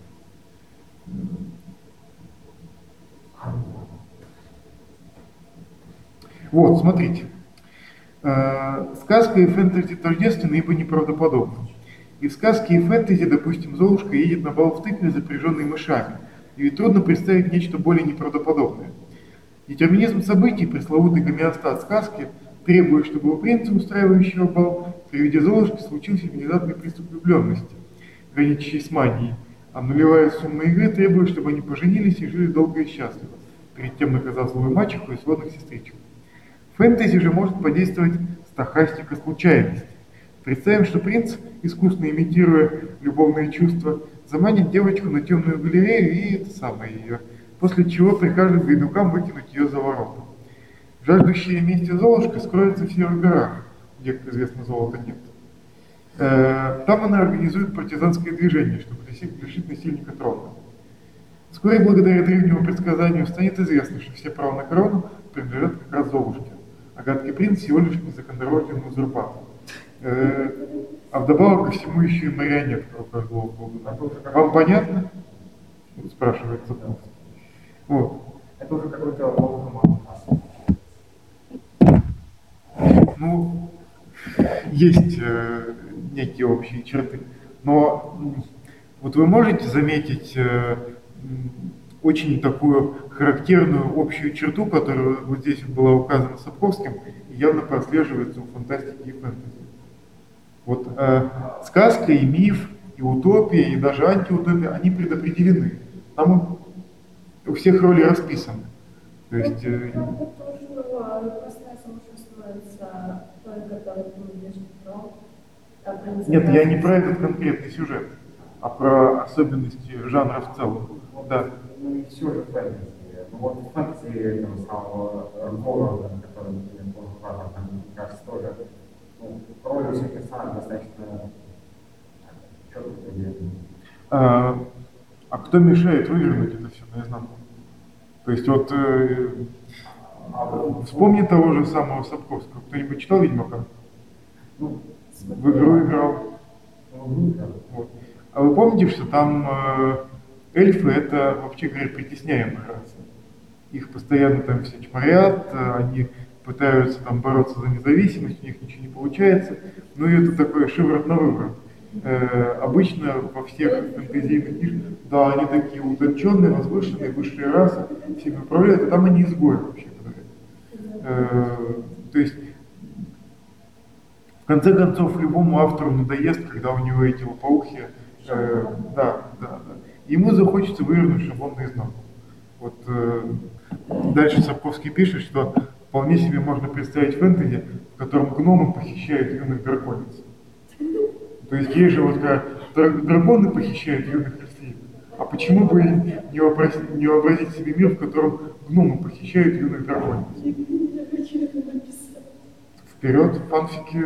Вот, смотрите. Сказка и фэнтези тождественны, ибо неправдоподобны. И в сказке, и в фэнтези, допустим, Золушка едет на бал в тыкве, запряженной мышами. И ведь трудно представить нечто более неправдоподобное. Детерминизм событий, пресловутый гомеостат сказки, требует, чтобы у принца, устраивающего бал, при виде Золушки случился внезапный приступ влюбленности, граничащий с манией, а нулевая сумма игры требует, чтобы они поженились и жили долго и счастливо, перед тем наказав злую мачеху и сводных сестричек. Фэнтези же может подействовать стохастика случайности. Представим, что принц, искусно имитируя любовные чувства, заманит девочку на темную галерею и это самое ее, после чего прикажет гайдукам выкинуть ее за ворота. Жаждущая мести Золушка скроется в серых горах, где, как известно, золота нет. Там она организует партизанское движение, чтобы лишить насильника трона. Вскоре, благодаря древнему предсказанию, станет известно, что все права на корону принадлежат как раз Золушке, а гадкий принц всего лишь незаконнорожденный узурпатор. А вдобавок ко всему еще и марионетка рукой злого колдуна. Вам понятно? Спрашивает Сапковский. Вот. Это уже какой-то волк. Есть некие общие черты. Но вот вы можете заметить очень такую характерную общую черту, которая вот здесь была указана Сапковским, и явно прослеживается у фантастики и фэнтези. Вот сказка и миф, и утопия, и даже антиутопия, они предопределены. Там у всех роли расписаны. То есть... Нет, я не про этот конкретный сюжет, а про особенности жанра в целом. Да. Ну и все же фэнтези. вот фэнтези там, самого города, который, например, Бонфлатер, там, мне кажется, тоже роль у всех персонажей достаточно четко выделена. А кто мешает вывернуть это все наизнанку? То есть вот вспомни того же самого Сапковского. Кто-нибудь читал «Ведьмака»? В игру играл. Вот. А вы помните, что там эльфы — это, вообще говоря, притесняемая раса? Их постоянно там все чморят, они пытаются там бороться за независимость, у них ничего не получается. Ну и это такой шиворот на выворот. Обычно во всех фэнтезийных книжках, да, они такие утонченные, возвышенные, высшие расы, всеми управляют, а там они изгои вообще говоря. То есть, в конце концов, любому автору надоест, когда у него эти лопоухи, да. Ему захочется вывернуть шаблон наизнанку. Вот дальше Сапковский пишет, что вполне себе можно представить фэнтези, в котором гномы похищают юных драконец. То есть есть же вот как драконы похищают юных эльфиек, а почему бы не вообразить себе мир, в котором гномы похищают юных драконец? Вперед, фанфики.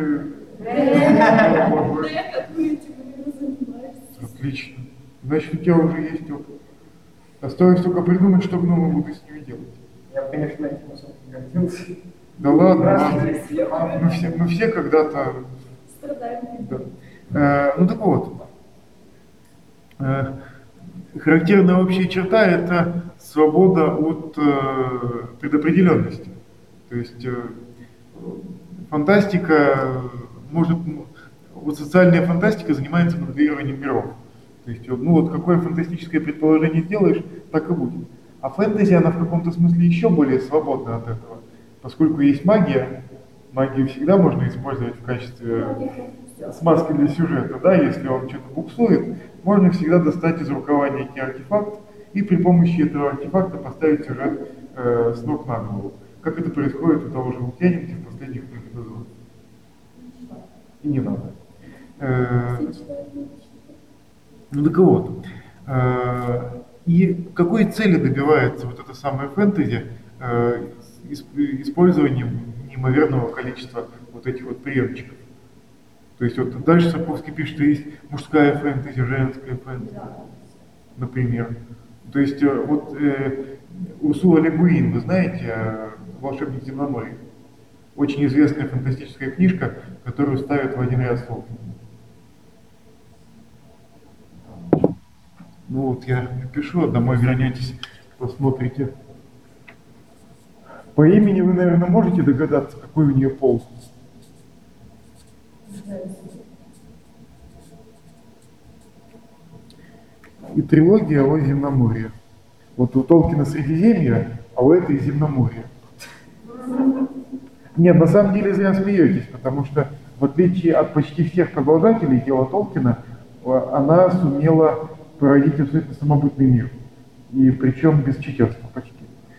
Отлично. Значит, у тебя уже есть опыт. Осталось только придумать, что гномы будут с ними делать. Я, конечно, этим особо не гордился. Да ладно. Мы все когда-то... Страдаем. Да. Ну так вот. Характерная общая черта — это свобода от предопределенности. То есть фантастика может... Вот социальная фантастика занимается моделированием миров. То есть, вот какое фантастическое предположение сделаешь, так и будет. А фэнтези, она в каком-то смысле еще более свободна от этого. Поскольку есть магия, магию всегда можно использовать в качестве смазки для сюжета. Да? Если он что-то буксует, можно всегда достать из рукава некий артефакт и при помощи этого артефакта поставить сюжет с ног на голову. Как это происходит у того же Лукьяненко в последних книгах дозоров. И не надо. Ну так вот, и какой цели добивается вот это самое фэнтези использованием неимоверного количества вот этих вот приемчиков? То есть вот дальше Сапковский пишет, что есть мужская фэнтези, женская фэнтези, например. То есть вот Урсула Ле Гуин, вы знаете, «Волшебник Земноморья», очень известная фантастическая книжка, которую ставят в один ряд с Толкином. Ну вот я напишу, а домой вернетесь, посмотрите. По имени вы, наверное, можете догадаться, какой у нее пол? И трилогия о Земноморье. Вот у Толкина Средиземье, а у этой Земноморье. Нет, на самом деле зря смеетесь, потому что в отличие от почти всех продолжателей дела Толкина, она сумела породить абсолютно самобытный мир. И причем без читерства почти.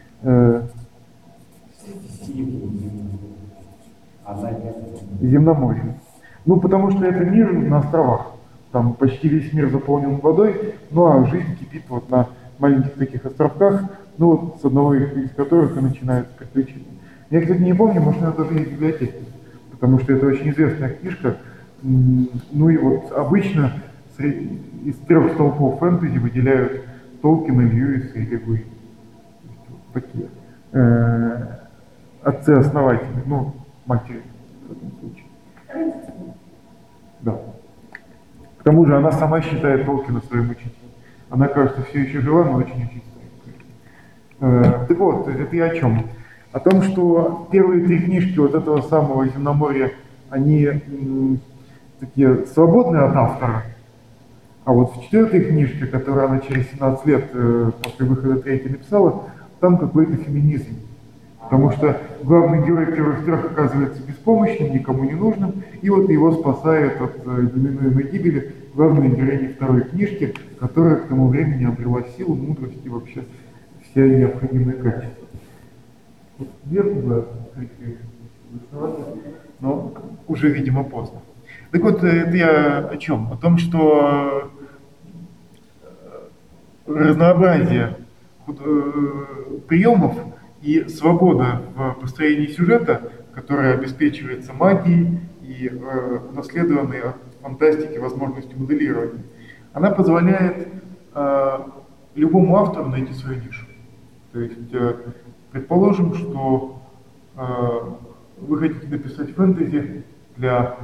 Земноморье. Ну, потому что это мир на островах. Там почти весь мир заполнен водой, ну а жизнь кипит вот на маленьких таких островках, ну вот с одного из которых и начинается приключение. Я, кстати, не помню, может, она даже есть в библиотеке, потому что это очень известная книжка. Ну и вот обычно из 3 столпов фэнтези выделяют Толкина, Льюиса и Ле Гуин. Такие отцы-основатели, ну, матери в этом случае. Да. К тому же она сама считает Толкина своим учителем. Она, кажется, все еще жива, но очень-очень старая. Так вот, это я о чем? О том, что первые 3 книжки вот этого самого Земноморья, они такие свободные от автора. А вот в 4-й книжке, которую она через 17 лет после выхода 3-й написала, там какой-то феминизм. Потому что главный герой первых 3 оказывается беспомощным, никому не нужным, и вот его спасает от неминуемой гибели главная героиня 2-й книжки, которая к тому времени обрела силу, мудрость и вообще все необходимые качества. Вот вверху бы открыть, но уже, видимо, поздно. Так вот, это я о чем? О том, что разнообразие приемов и свобода в построении сюжета, которая обеспечивается магией и унаследованной от фантастики возможностью моделирования, она позволяет любому автору найти свою нишу. То есть, предположим, что вы хотите написать фэнтези для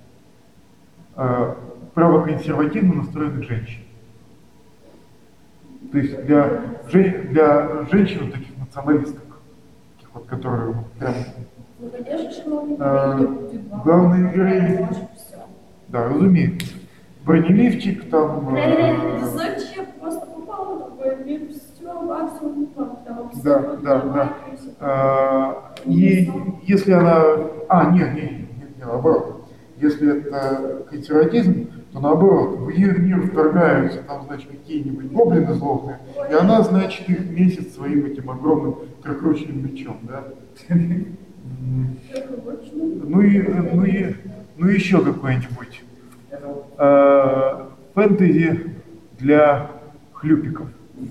правоконсервативно настроенных женщин. То есть для женщин таких националисток, таких вот, которые прям... Ну, конечно, будет главная героиня. Да, разумеется. Бронеливчик там... Зачем? Просто попал в такой мир, все, максимум, там, Да. И если она... нет, наоборот. Если это консерватизм, то наоборот, в ее мир вторгаются там, значит, какие-нибудь гоблины злобные, и она, значит, их месяц своим этим огромным трехручным мечом, да? Ну и еще какое-нибудь фэнтези для хлюпиков.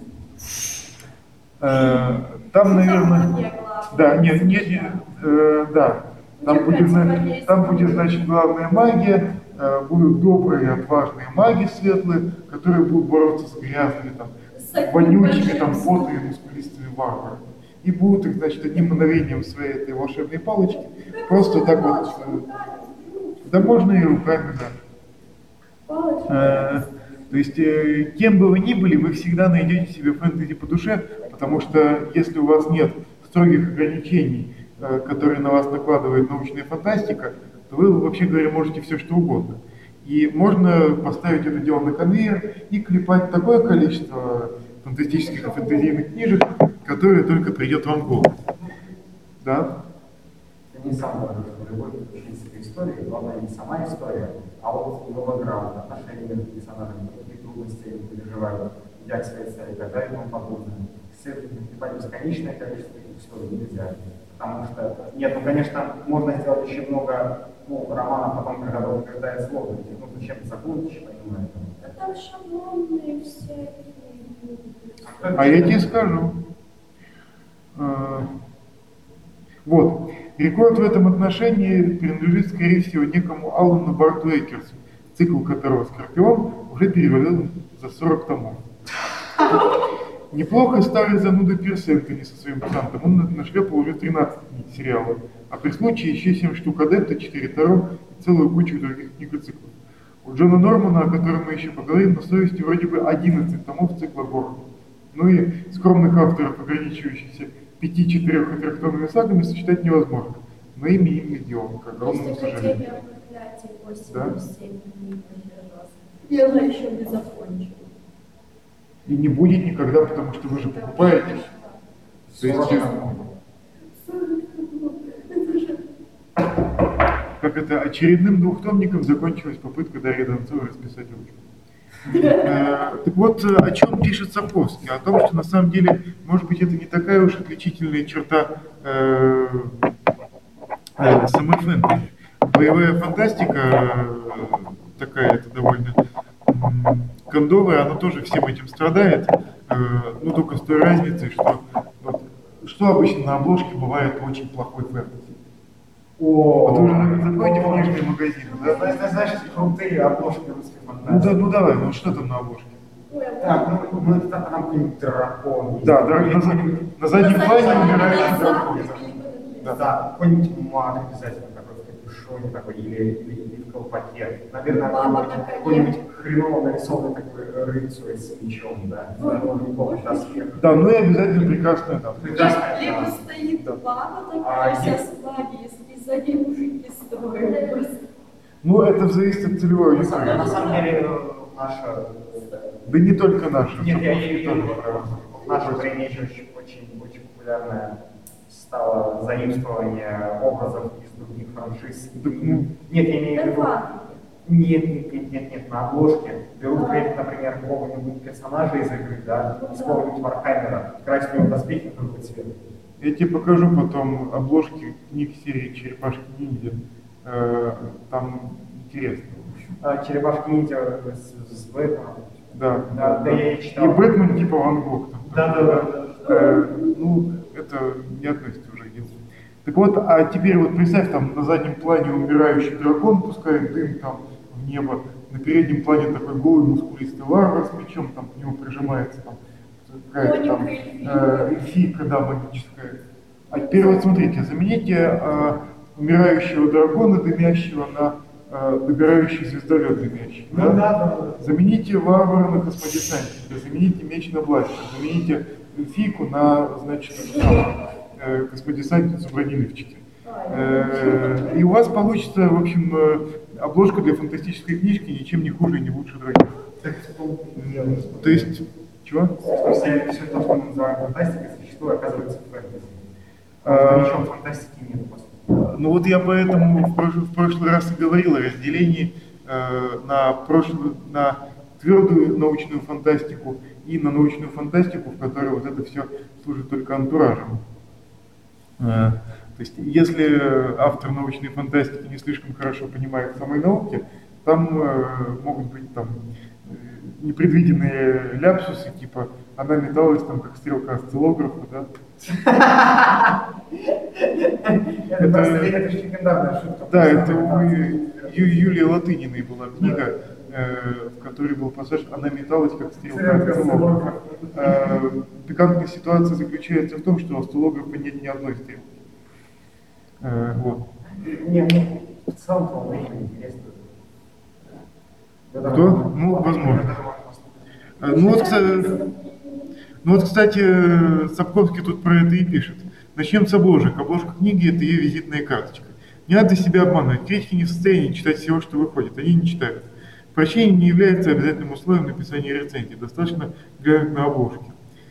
Там, наверное, да, там будет, значит, главная магия, будут добрые, отважные маги светлые, которые будут бороться с грязными, там, вонючими, там, потными, мускулистыми варварами. И будут их, значит, одним мгновением своей этой волшебной палочки просто так вот... Да можно и руками, да. То есть, кем бы вы ни были, вы всегда найдете себе фэнтези по душе, потому что если у вас нет строгих ограничений, которые на вас накладывает научная фантастика, то вы, вообще говоря, можете все что угодно. И можно поставить это дело на конвейер и клепать такое количество фантастических и фэнтезийных книжек, которые только придет вам в голову. Да? Это не самое важное, что любой, кто учится истории, главное не сама история, а вот его бэкграунд, отношения между персонажами, какие трудности они переживают, идя к своей цели и так далее и тому подобное. Следовательно, бесконечное количество этих историй нельзя. Потому что, нет, ну, конечно, можно сделать еще много романов о том, когда он побеждает зло, ведь нужно чем-то закончить, понимаете? А там шаблонные всякие. А я тебе скажу. Вот. Рекорд в этом отношении принадлежит, скорее всего, некому Алану Барту Экерсу, цикл которого «Скорпион» уже перевалил за 40 томов. Неплохо старый зануда Пирс Энтони со своим «Сантом». Он нашлепал уже 13 книг сериала, а при случае еще 7 штук «Адепта», 4 «Таро» и целую кучу других книг и циклов. У Джона Нормана, о котором мы еще поговорим, на совести вроде бы 11 томов цикла «Город». Ну и скромных авторов, ограничивающихся 5-4 и 3-томными сагами, сочетать невозможно. Но ими им миллион, к огромному сожалению. Да? И она еще не закончила. И не будет никогда, потому что вы же покупаете. То есть, как это, очередным двухтомником закончилась попытка Дарьи Донцовой расписать ручку. Так вот, о чем пишет Сапковский? О том, что на самом деле, может быть, это не такая уж отличительная черта самой фэнтези. Боевая фантастика такая, это довольно кондовая, она тоже всем этим страдает, но только с той разницей, что вот, что обычно на обложке бывает очень плохой фэнтези. Вот вы уже заходите в книжные магазины, да? Знаешь, крутые обложки русской фантастики. Ну давай, ну что там на обложке? Так, там какой-нибудь дракон. Да, на заднем плане умирающий дракон. Да, какой-нибудь маг обязательно такой в капюшоне такой, или в колпаке. Наверное, какой-нибудь хреново нарисованный такой рыцарь с мечом, да, неплохо доспех. Да, ну и обязательно прекрасная там. Либо стоит баба такая вся с магией, и за ней мужики строят. Ну, это зависит от целевой аудитории. На самом деле, наша... Да не только наша. Нет, я имею в виду, в наше время еще очень популярная стало заимствование образов из других франшиз. Нет, я имею в виду... Нет, на обложке берут, например, какого-нибудь персонажа из игры, да, из какого-нибудь Вархаммера, красят у него доспехи на другой цвет. Я тебе покажу потом обложки книг серии «Черепашки-ниндзя». Там интересно. «Черепашки-ниндзя» с Бэтменом. Да, я и читал. И Бэтмен типа Ван Гог там. Ну, это не относится уже к единству. Так вот, а теперь вот представь, там на заднем плане умирающий дракон пускает дым там в небо, на переднем плане такой голый мускулистый варвар с мечом, там к нему прижимается там какая-то там эльфийка, да, магическая. А теперь вот смотрите, замените умирающего дракона дымящего на догорающий звездолет дымящий. Ну, да. Замените варвара на космодесантника, замените меч на бластер, замените эльфийку на, значит, космодесантницу бронеливчики. И у вас получится, в общем, обложка для фантастической книжки ничем не хуже и не лучше других. То есть, чего? Все то, что мы называем фантастикой, зачастую оказывается в фэнтези. Ничего фантастики нет просто. Ну вот я поэтому в прошлый раз и говорил о разделении на твердую научную фантастику и на научную фантастику, в которой вот это все служит только антуражем. То есть, если автор научной фантастики не слишком хорошо понимает самой науки, там могут быть там непредвиденные ляпсусы, типа она металась там как стрелка осциллографа, да? Это же легендарная шутка. Да, это у Юлии Латыниной была книга, в которой был пассаж «Она металась как стрелка осциллографа». Пикантная ситуация заключается в том, что у осциллографа нет ни одной стрелки. Вот. Не, в целом, по-моему, интересно. Кто? Ну, возможно. Ну вот, кстати, Сапковский тут про это и пишет. Начнем с обложек. Обложка книги – это ее визитная карточка. Не надо себя обманывать. Критики не в состоянии читать всего, что выходит. Они не читают. Прочтение не является обязательным условием написания рецензии. Достаточно глянуть на обложки.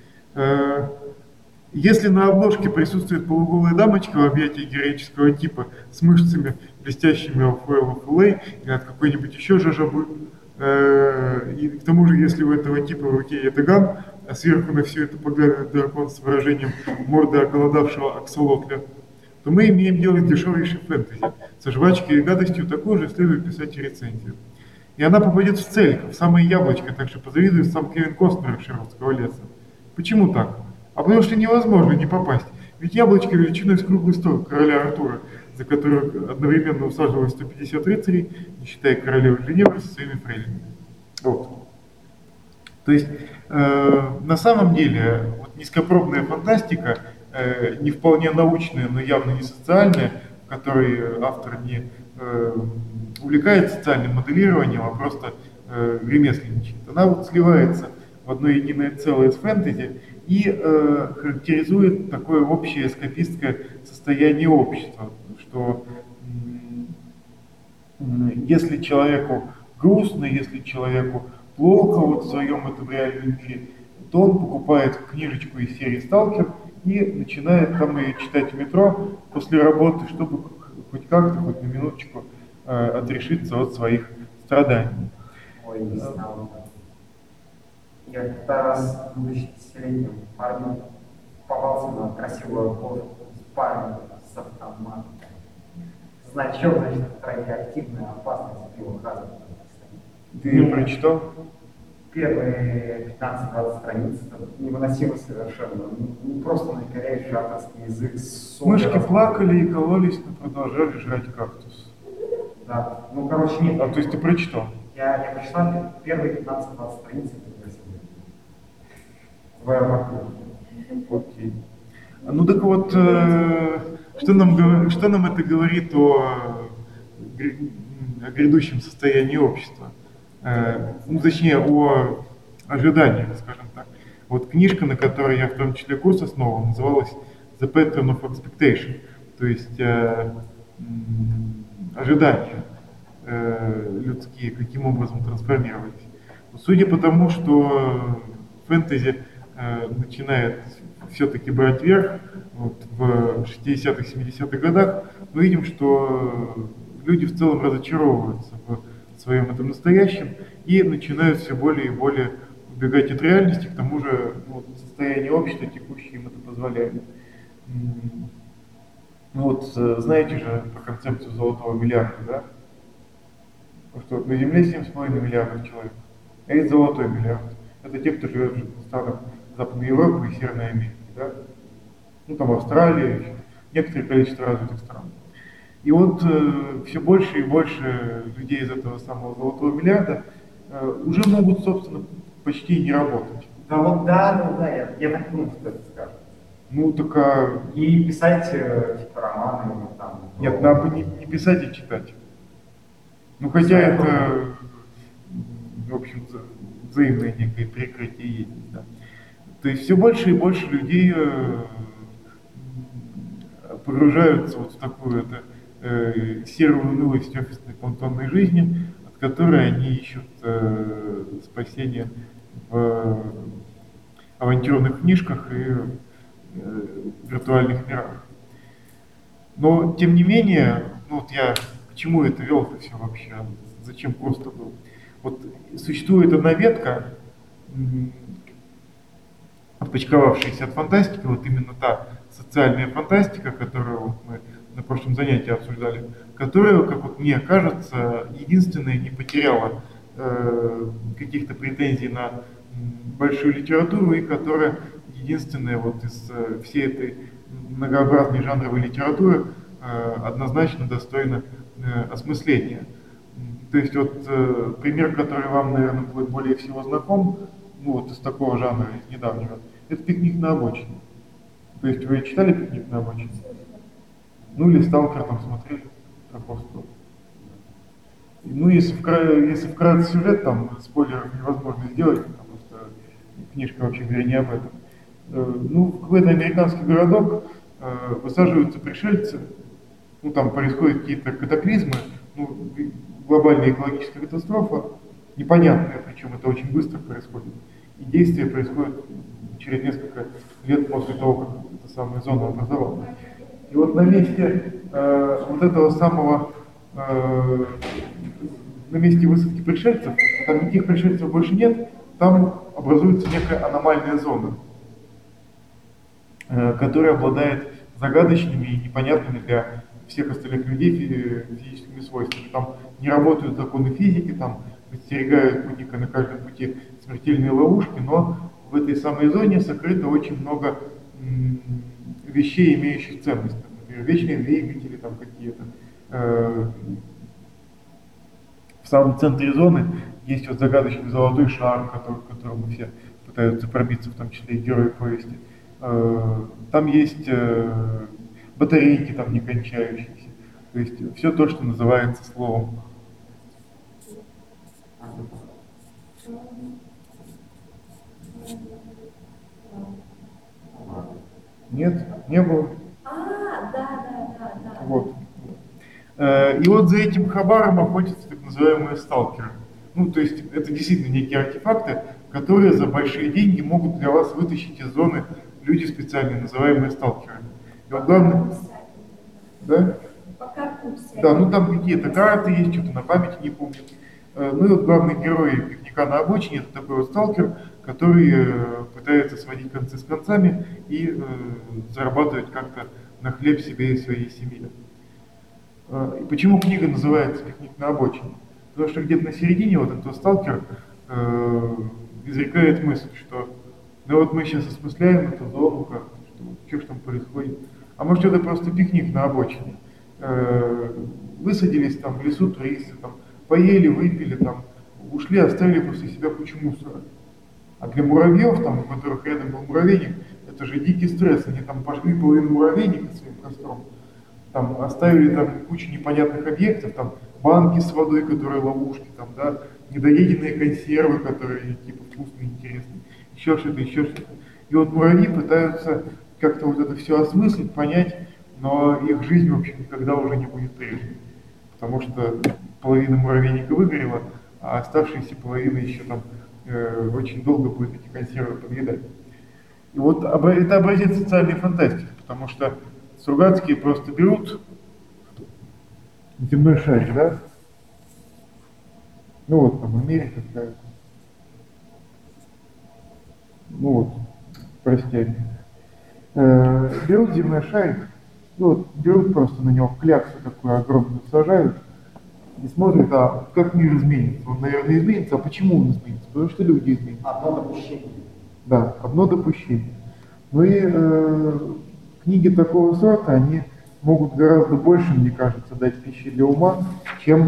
Если на обложке присутствует полуголая дамочка в объятии героического типа с мышцами, блестящими от фуэлла или от какой-нибудь еще жажабы, и к тому же, если у этого типа в руке ятаган, а сверху на все это поглядывает дракон с выражением морды оголодавшего аксолотля, то мы имеем дело с дешевейшей фэнтези. Со жвачкой и гадостью такую же следует писать и рецензию. И она попадет в цель, в самое яблочко, так что позавидует сам Кевин Костнер из Шерлокского леса. Почему так? А потому что невозможно не попасть. Ведь яблочко величиной с круглый стол короля Артура, за которую одновременно усаживалось 150 рыцарей, не считая королевы Женевры со своими фрейлинами. Вот. То есть, на самом деле, вот низкопробная фантастика, не вполне научная, но явно не социальная, в которой автор не увлекается социальным моделированием, а просто ремесленничает. Она вот сливается в одно единое целое с фэнтези и характеризует такое общее эскапистское состояние общества, что если человеку грустно, если человеку плохо вот в своем этом реальном мире, то он покупает книжечку из серии «Сталкер» и начинает там ее читать в метро после работы, чтобы хоть как-то, хоть на минуточку отрешиться от своих страданий. Ой, не знал. Я как-то раз, будучи 10-летним парнем, попался на красивую обложку с парнем с автоматом. Значок, значит, радиоактивная опасность биохазарда. Ты ее прочитал? Первые 15-20 страниц невыносимо совершенно. Ну, просто накоряющий авторский язык. Мышки плакали и кололись, но продолжали жрать кактус. Да, ну, короче, нет. А, то есть ты прочитал? Я прочитал первые 15-20 страниц этой красивой. В аэропорту. Окей. Ну так вот, что нам это говорит о грядущем состоянии общества? Ну, точнее, о ожиданиях, скажем так. Вот книжка, на которой я в том числе курс основывал, называлась The Pattern of Expectation, то есть ожидания людские, каким образом трансформировались. Судя по тому, что фэнтези начинает все-таки брать верх вот, в 60-х, 70-х годах, мы видим, что люди в целом разочаровываются в своем этом настоящем и начинают все более и более убегать от реальности, к тому же вот, состояние общества текущее им это позволяет. Ну вот, знаете же про концепцию золотого миллиарда, да? Что на Земле 7,5 миллиардов человек, а есть золотой миллиард. Это те, кто живет в странах Западной Европы и Северной Америки, да? Ну там Австралия, еще некоторое количество развитых стран. И вот все больше и больше людей из этого самого золотого миллиарда уже могут, собственно, почти не работать. Да, вот да, я так думал, что это скажет. Ну, так И писать типа романы или там. Нет, надо не писать, а читать. Ну, хотя это, в общем, взаимное некое прикрытие есть, да. То есть все больше и больше людей погружаются вот в такую серую унылость офисной планктонной жизни, от которой они ищут спасения в авантюрных книжках и виртуальных мирах. Но, тем не менее, ну вот я к чему это вел-то все вообще, зачем просто был. Вот существует одна ветка, отпочковавшаяся от фантастики, вот именно та социальная фантастика, которую вот мы на прошлом занятии обсуждали, которая, как вот мне кажется, единственная не потеряла каких-то претензий на большую литературу и которая единственная вот из всей этой многообразной жанровой литературы однозначно достойна осмысления. То есть вот пример, который вам, наверное, будет более всего знаком, ну вот из такого жанра, из недавнего, это «Пикник на обочине». То есть вы читали «Пикник на обочине»? Ну или «Сталкер» там смотрели, Тарковского. Ну если вкратце сюжет, там спойлеров невозможно сделать, потому что книжка вообще говоря не об этом. Ну, в какой-то американский городок высаживаются пришельцы, ну там происходят какие-то катаклизмы, ну, глобальная экологическая катастрофа, непонятная, причем это очень быстро происходит. И действие происходит через несколько лет после того, как эта самая зона образовалась. И вот на месте вот этого самого, на месте высадки пришельцев, там никаких пришельцев больше нет, там образуется некая аномальная зона, которая обладает загадочными и непонятными для всех остальных людей физическими свойствами. Там не работают законы физики, там подстерегают путника на каждом пути смертельные ловушки, но в этой самой зоне сокрыто очень много вещей, имеющих ценность. Например, вечные двигатели там какие-то. В самом центре зоны есть вот загадочный золотой шар, к которому все пытаются пробиться, в том числе и герои повести. Там есть батарейки там не кончающиеся. То есть все то, что называется словом. Нет, не было. Да. Вот. И вот за этим хабаром охотятся так называемые сталкеры. Ну, то есть это действительно некие артефакты, которые за большие деньги могут для вас вытащить из зоны люди специальные, называемые сталкерами. И вот главное... Да? Да, ну там какие-то карты есть, что-то на памяти не помню. Ну и вот главный герой «Пикника на обочине» — это такой вот сталкер, который пытается сводить концы с концами и зарабатывать как-то на хлеб себе и своей семье. И почему книга называется «Пикник на обочине»? Потому что где-то на середине вот этот сталкер изрекает мысль, что ну вот мы сейчас осмысляем эту зону как-то, что ж там происходит. А может это просто пикник на обочине. Высадились там в лесу туристы, там, поели, выпили, там, ушли, оставили после себя кучу мусора. А для муравьев, там, у которых рядом был муравейник, это же дикий стресс. Они там пожгли половину муравейника своим костром, там, оставили там кучу непонятных объектов, там, банки с водой, которые ловушки, там, да, недоеденные консервы, которые типа вкусные, интересные, еще что-то. И вот муравьи пытаются как-то вот это все осмыслить, понять, но их жизнь, в общем, никогда уже не будет прежней. Потому что половина муравейника выгорела, а оставшаяся половина еще там очень долго будет эти консервы подъедать. И вот это образец социальной фантастики, потому что Стругацкие просто берут земной шарик, да? Ну вот там Америка какая-то. Ну вот, простяги. Берут земной шарик, и вот берут просто на него кляксу такую огромную, сажают и смотрят, а как мир изменится. Он, наверное, изменится. А почему он изменится? Потому что люди изменятся. Одно допущение. Да, одно допущение. Ну и книги такого сорта, они могут гораздо больше, мне кажется, дать пищи для ума, чем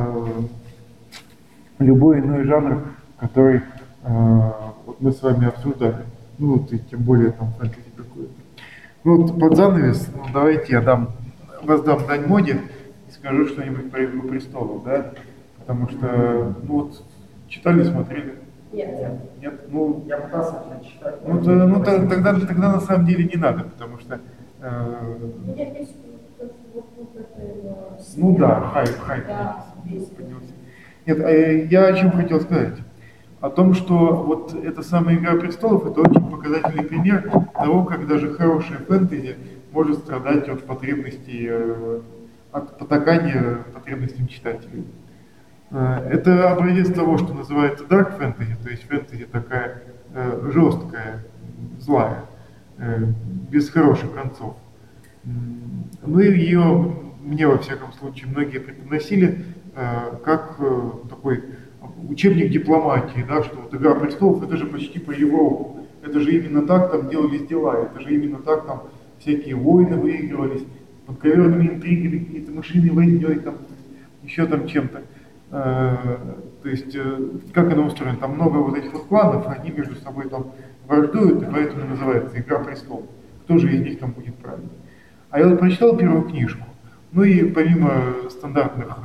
любой иной жанр, который вот мы с вами обсуждали. Ну вот и тем более там фэнтези какое-то. Ну вот под занавес, ну, давайте я воздам дань моде и скажу что-нибудь про «Игру престолов», да? Потому что, ну вот, читали, смотрели? Нет. Нет? Ну, Я пытался читать. Тогда на самом деле не надо, потому что... Мне пишут, вокруг этого... ну да, хайп Да, весь. поднялся. Нет, я о чем хотел сказать. О том, что вот эта самая «Игра престолов» — это очень показательный пример того, как даже хорошая фэнтези может страдать от потребностей, от потакания потребностям читателей. Это образец того, что называется dark fantasy, то есть фэнтези такая жесткая, злая, без хороших концов. Ну и ее, мне во всяком случае, многие преподносили как такой учебник дипломатии, да, что вот «Игра престолов» — это же почти по Европу, это же именно так там делались дела, это же именно так там всякие войны выигрывались, под коверными интригами, какие-то мышиной вознёй, там, еще там чем-то. То есть, как оно устроено, там много вот этих вот кланов, они между собой там враждуют, и поэтому называется «Игра престолов». Кто же из них там будет править? А я вот прочитал первую книжку, ну и помимо стандартных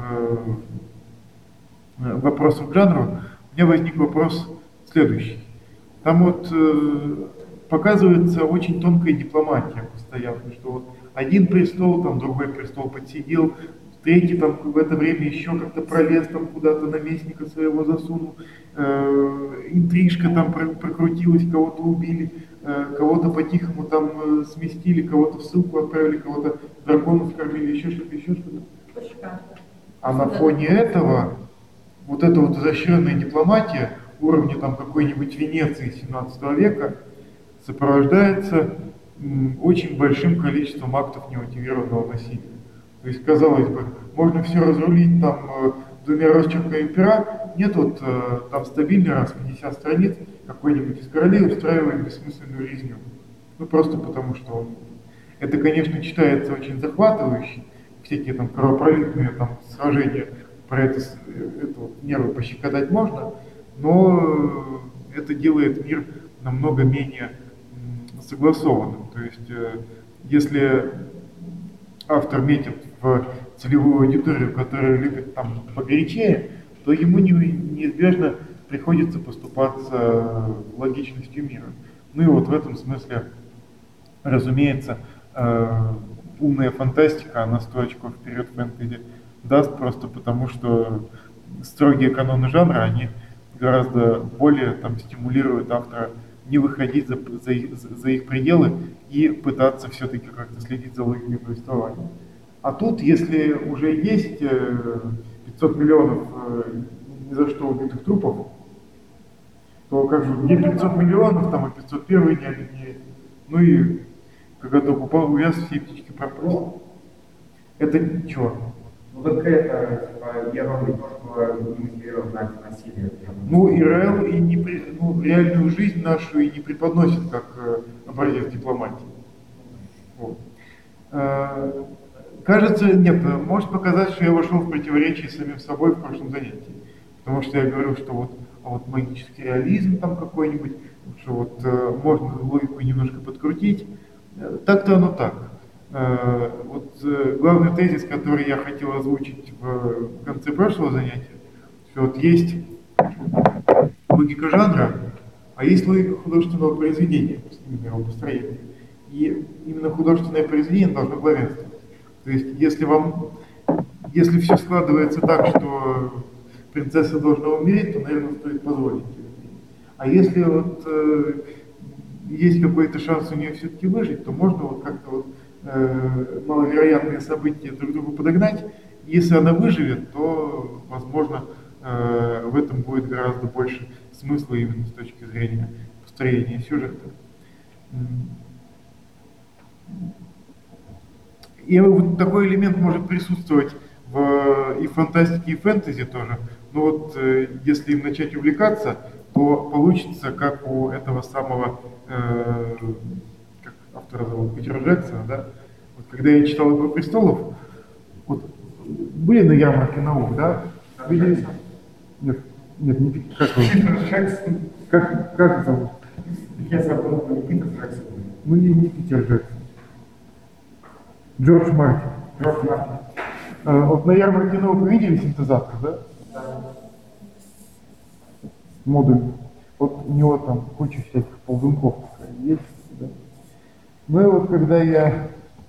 вопросов к жанру, у меня возник вопрос следующий. Там вот показывается очень тонкая дипломатия постоянно, что вот один престол, там другой престол подсидел, третий там в это время еще как-то пролез там куда-то, наместника своего засунул, интрижка там прокрутилась, кого-то убили, кого-то по-тихому там сместили, кого-то в ссылку отправили, кого-то драконов кормили, еще что-то. А на фоне этого вот эта вот изощренная дипломатия уровня там какой-нибудь Венеции 17 века сопровождается очень большим количеством актов немотивированного насилия. То есть, казалось бы, можно все разрулить там двумя росчерками пера, нет, вот там стабильно раз в 50 страниц какой-нибудь из королей устраивает бессмысленную резню. Ну просто потому что он... Это, конечно, читается очень захватывающе, всякие там кровопролитные там сражения, про это вот, нервы пощекотать можно, но это делает мир намного менее согласованным. То есть, если автор метит в целевую аудиторию, которая любит там погорячее, то ему неизбежно приходится поступаться логичностью мира. Ну и вот в этом смысле, разумеется, умная фантастика, она 100 очков вперед фэнтези даст, просто потому что строгие каноны жанра, они гораздо более там стимулируют автора не выходить за их пределы и пытаться все-таки как-то следить за логикой повествования. А тут, если уже есть 500 миллионов ни за что убитых трупов, то как же, где 500 миллионов, там и 501 не объединяет. Ну и когда только упал, увяз, все птички пропали. Это чего? Ну так это, типа, ИРЛ тоже было немотивированное насилие. Ну, ИРЛ и реальную жизнь нашу и не преподносит как образец дипломатии. Вот. Кажется, нет, может показать, что я вошел в противоречие с самим собой в прошлом занятии. Потому что я говорил, что вот магический реализм там какой-нибудь, что вот можно логику немножко подкрутить. Так-то оно так. Вот главный тезис, который я хотел озвучить в конце прошлого занятия, что вот есть логика жанра, а есть логика художественного произведения, именно его построения. И именно художественное произведение должно главенствовать. То есть, если все складывается так, что принцесса должна умереть, то, наверное, стоит позволить ее. А если вот есть какой-то шанс у нее все-таки выжить, то можно вот как-то вот маловероятные события друг другу подогнать. Если она выживет, то, возможно, в этом будет гораздо больше смысла именно с точки зрения построения сюжета. И вот такой элемент может присутствовать и в фантастике, и в фэнтези тоже. Но вот если им начать увлекаться, то получится, как у этого самого, как автора зовут, Питера Джексона, да? Вот когда я читал «Игру престолов», вот были на ярмарке наук, да? Видели? Нет, не как его? Джексон. Как зовут? Я забыл, не Питер Джексон. Ну не Питер Джексон. Джордж Мартин. Джордж Мартин. Вот на ярмарке наук вы видели синтезатор, да? Да. Модуль. Вот у него там куча всяких ползунков есть, да? Ну и вот когда я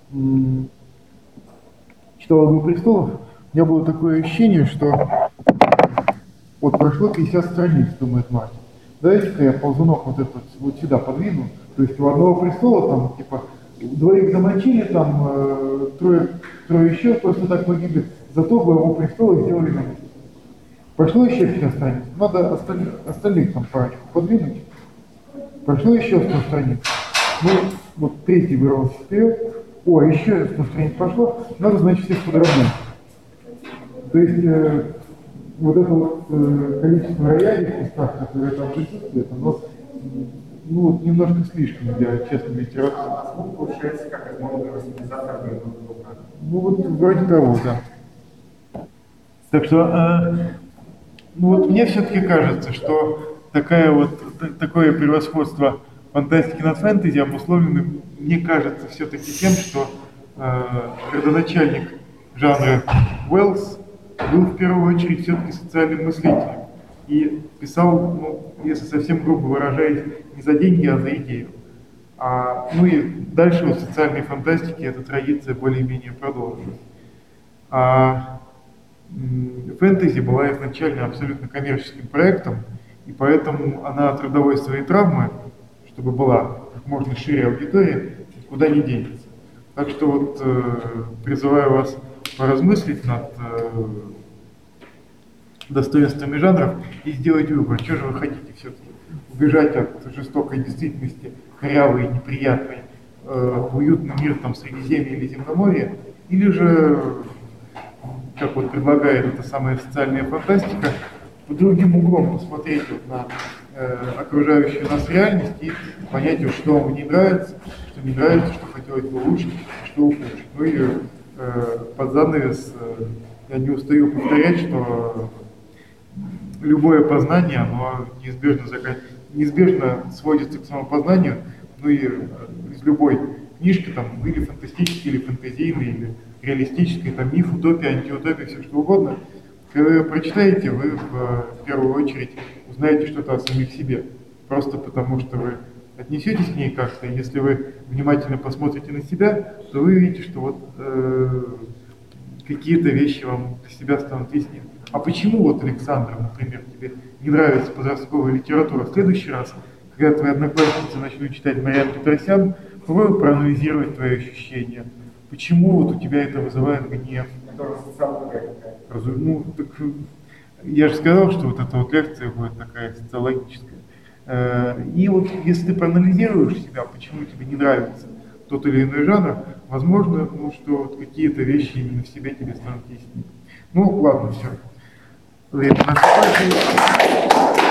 читал «Игру престолов», у меня было такое ощущение, что вот прошло 50 страниц, думает Мартин. Давайте-ка я ползунок вот этот вот сюда подвину. То есть у одного престола там типа двоих замочили, там трое еще просто так погибли. Зато главу престола сделали на месте. Прошло еще 50 страниц. Надо остальных там парочку подвинуть. Прошло еще 100 страниц. Ну, вот третий вырвался вперед. О, еще 100 страниц пошло. Надо, значит, всех подровнять. То есть вот это вот количество роялей в кустах, которые там присутствует, оно вот немножко слишком для честной литературы. А звук получается как из модульного синтезатора друг друга. Ну вот вроде того, да. Так что, ну вот мне все-таки кажется, что такое превосходство фантастики над фэнтези обусловлено, мне кажется, все-таки тем, что родоначальник жанра Уэллс был в первую очередь все-таки социальным мыслителем и писал, ну, если совсем грубо выражаясь, не за деньги, а за идею. Ну и дальше в социальной фантастике эта традиция более-менее продолжилась. Фэнтези была изначально абсолютно коммерческим проектом, и поэтому она от родовой своей травмы, чтобы была как можно шире аудитория, никуда не денется. Так что вот призываю вас поразмыслить над достоинствами жанров и сделать выбор. Что же вы хотите все-таки? Убежать от жестокой действительности, корявой, неприятной, в уютный мир там Средиземья или Земноморья, или же, как вот предлагает эта самая социальная фантастика, под другим углом посмотреть вот на окружающую нас реальность и понять, вот, что вам не нравится, что не нравится, что хотелось бы улучшить, что ухудшить. Ну и под занавес я не устаю повторять, что любое познание, оно неизбежно сводится к самопознанию, ну и из любой книжки, там, или фантастической, или фэнтезийной, или реалистической, там, миф, утопия, антиутопия, все что угодно, когда вы прочитаете, вы в первую очередь узнаете что-то о самих себе, просто потому что вы отнесетесь к ней как-то, и если вы внимательно посмотрите на себя, то вы увидите, что вот какие-то вещи вам для себя станут яснее. А почему вот, Александр, например, тебе не нравится подростковая литература? В следующий раз, когда твои одноклассницы начнут читать Марианну Петросян, попробуй проанализировать твои ощущения. Почему вот у тебя это вызывает гнев? Ну, так я же сказал, что вот эта вот лекция будет такая социологическая. И вот если ты проанализируешь себя, почему тебе не нравится тот или иной жанр, возможно, ну, что вот какие-то вещи именно в себе тебе станут яснее. Ну, ладно, все. Время наступает.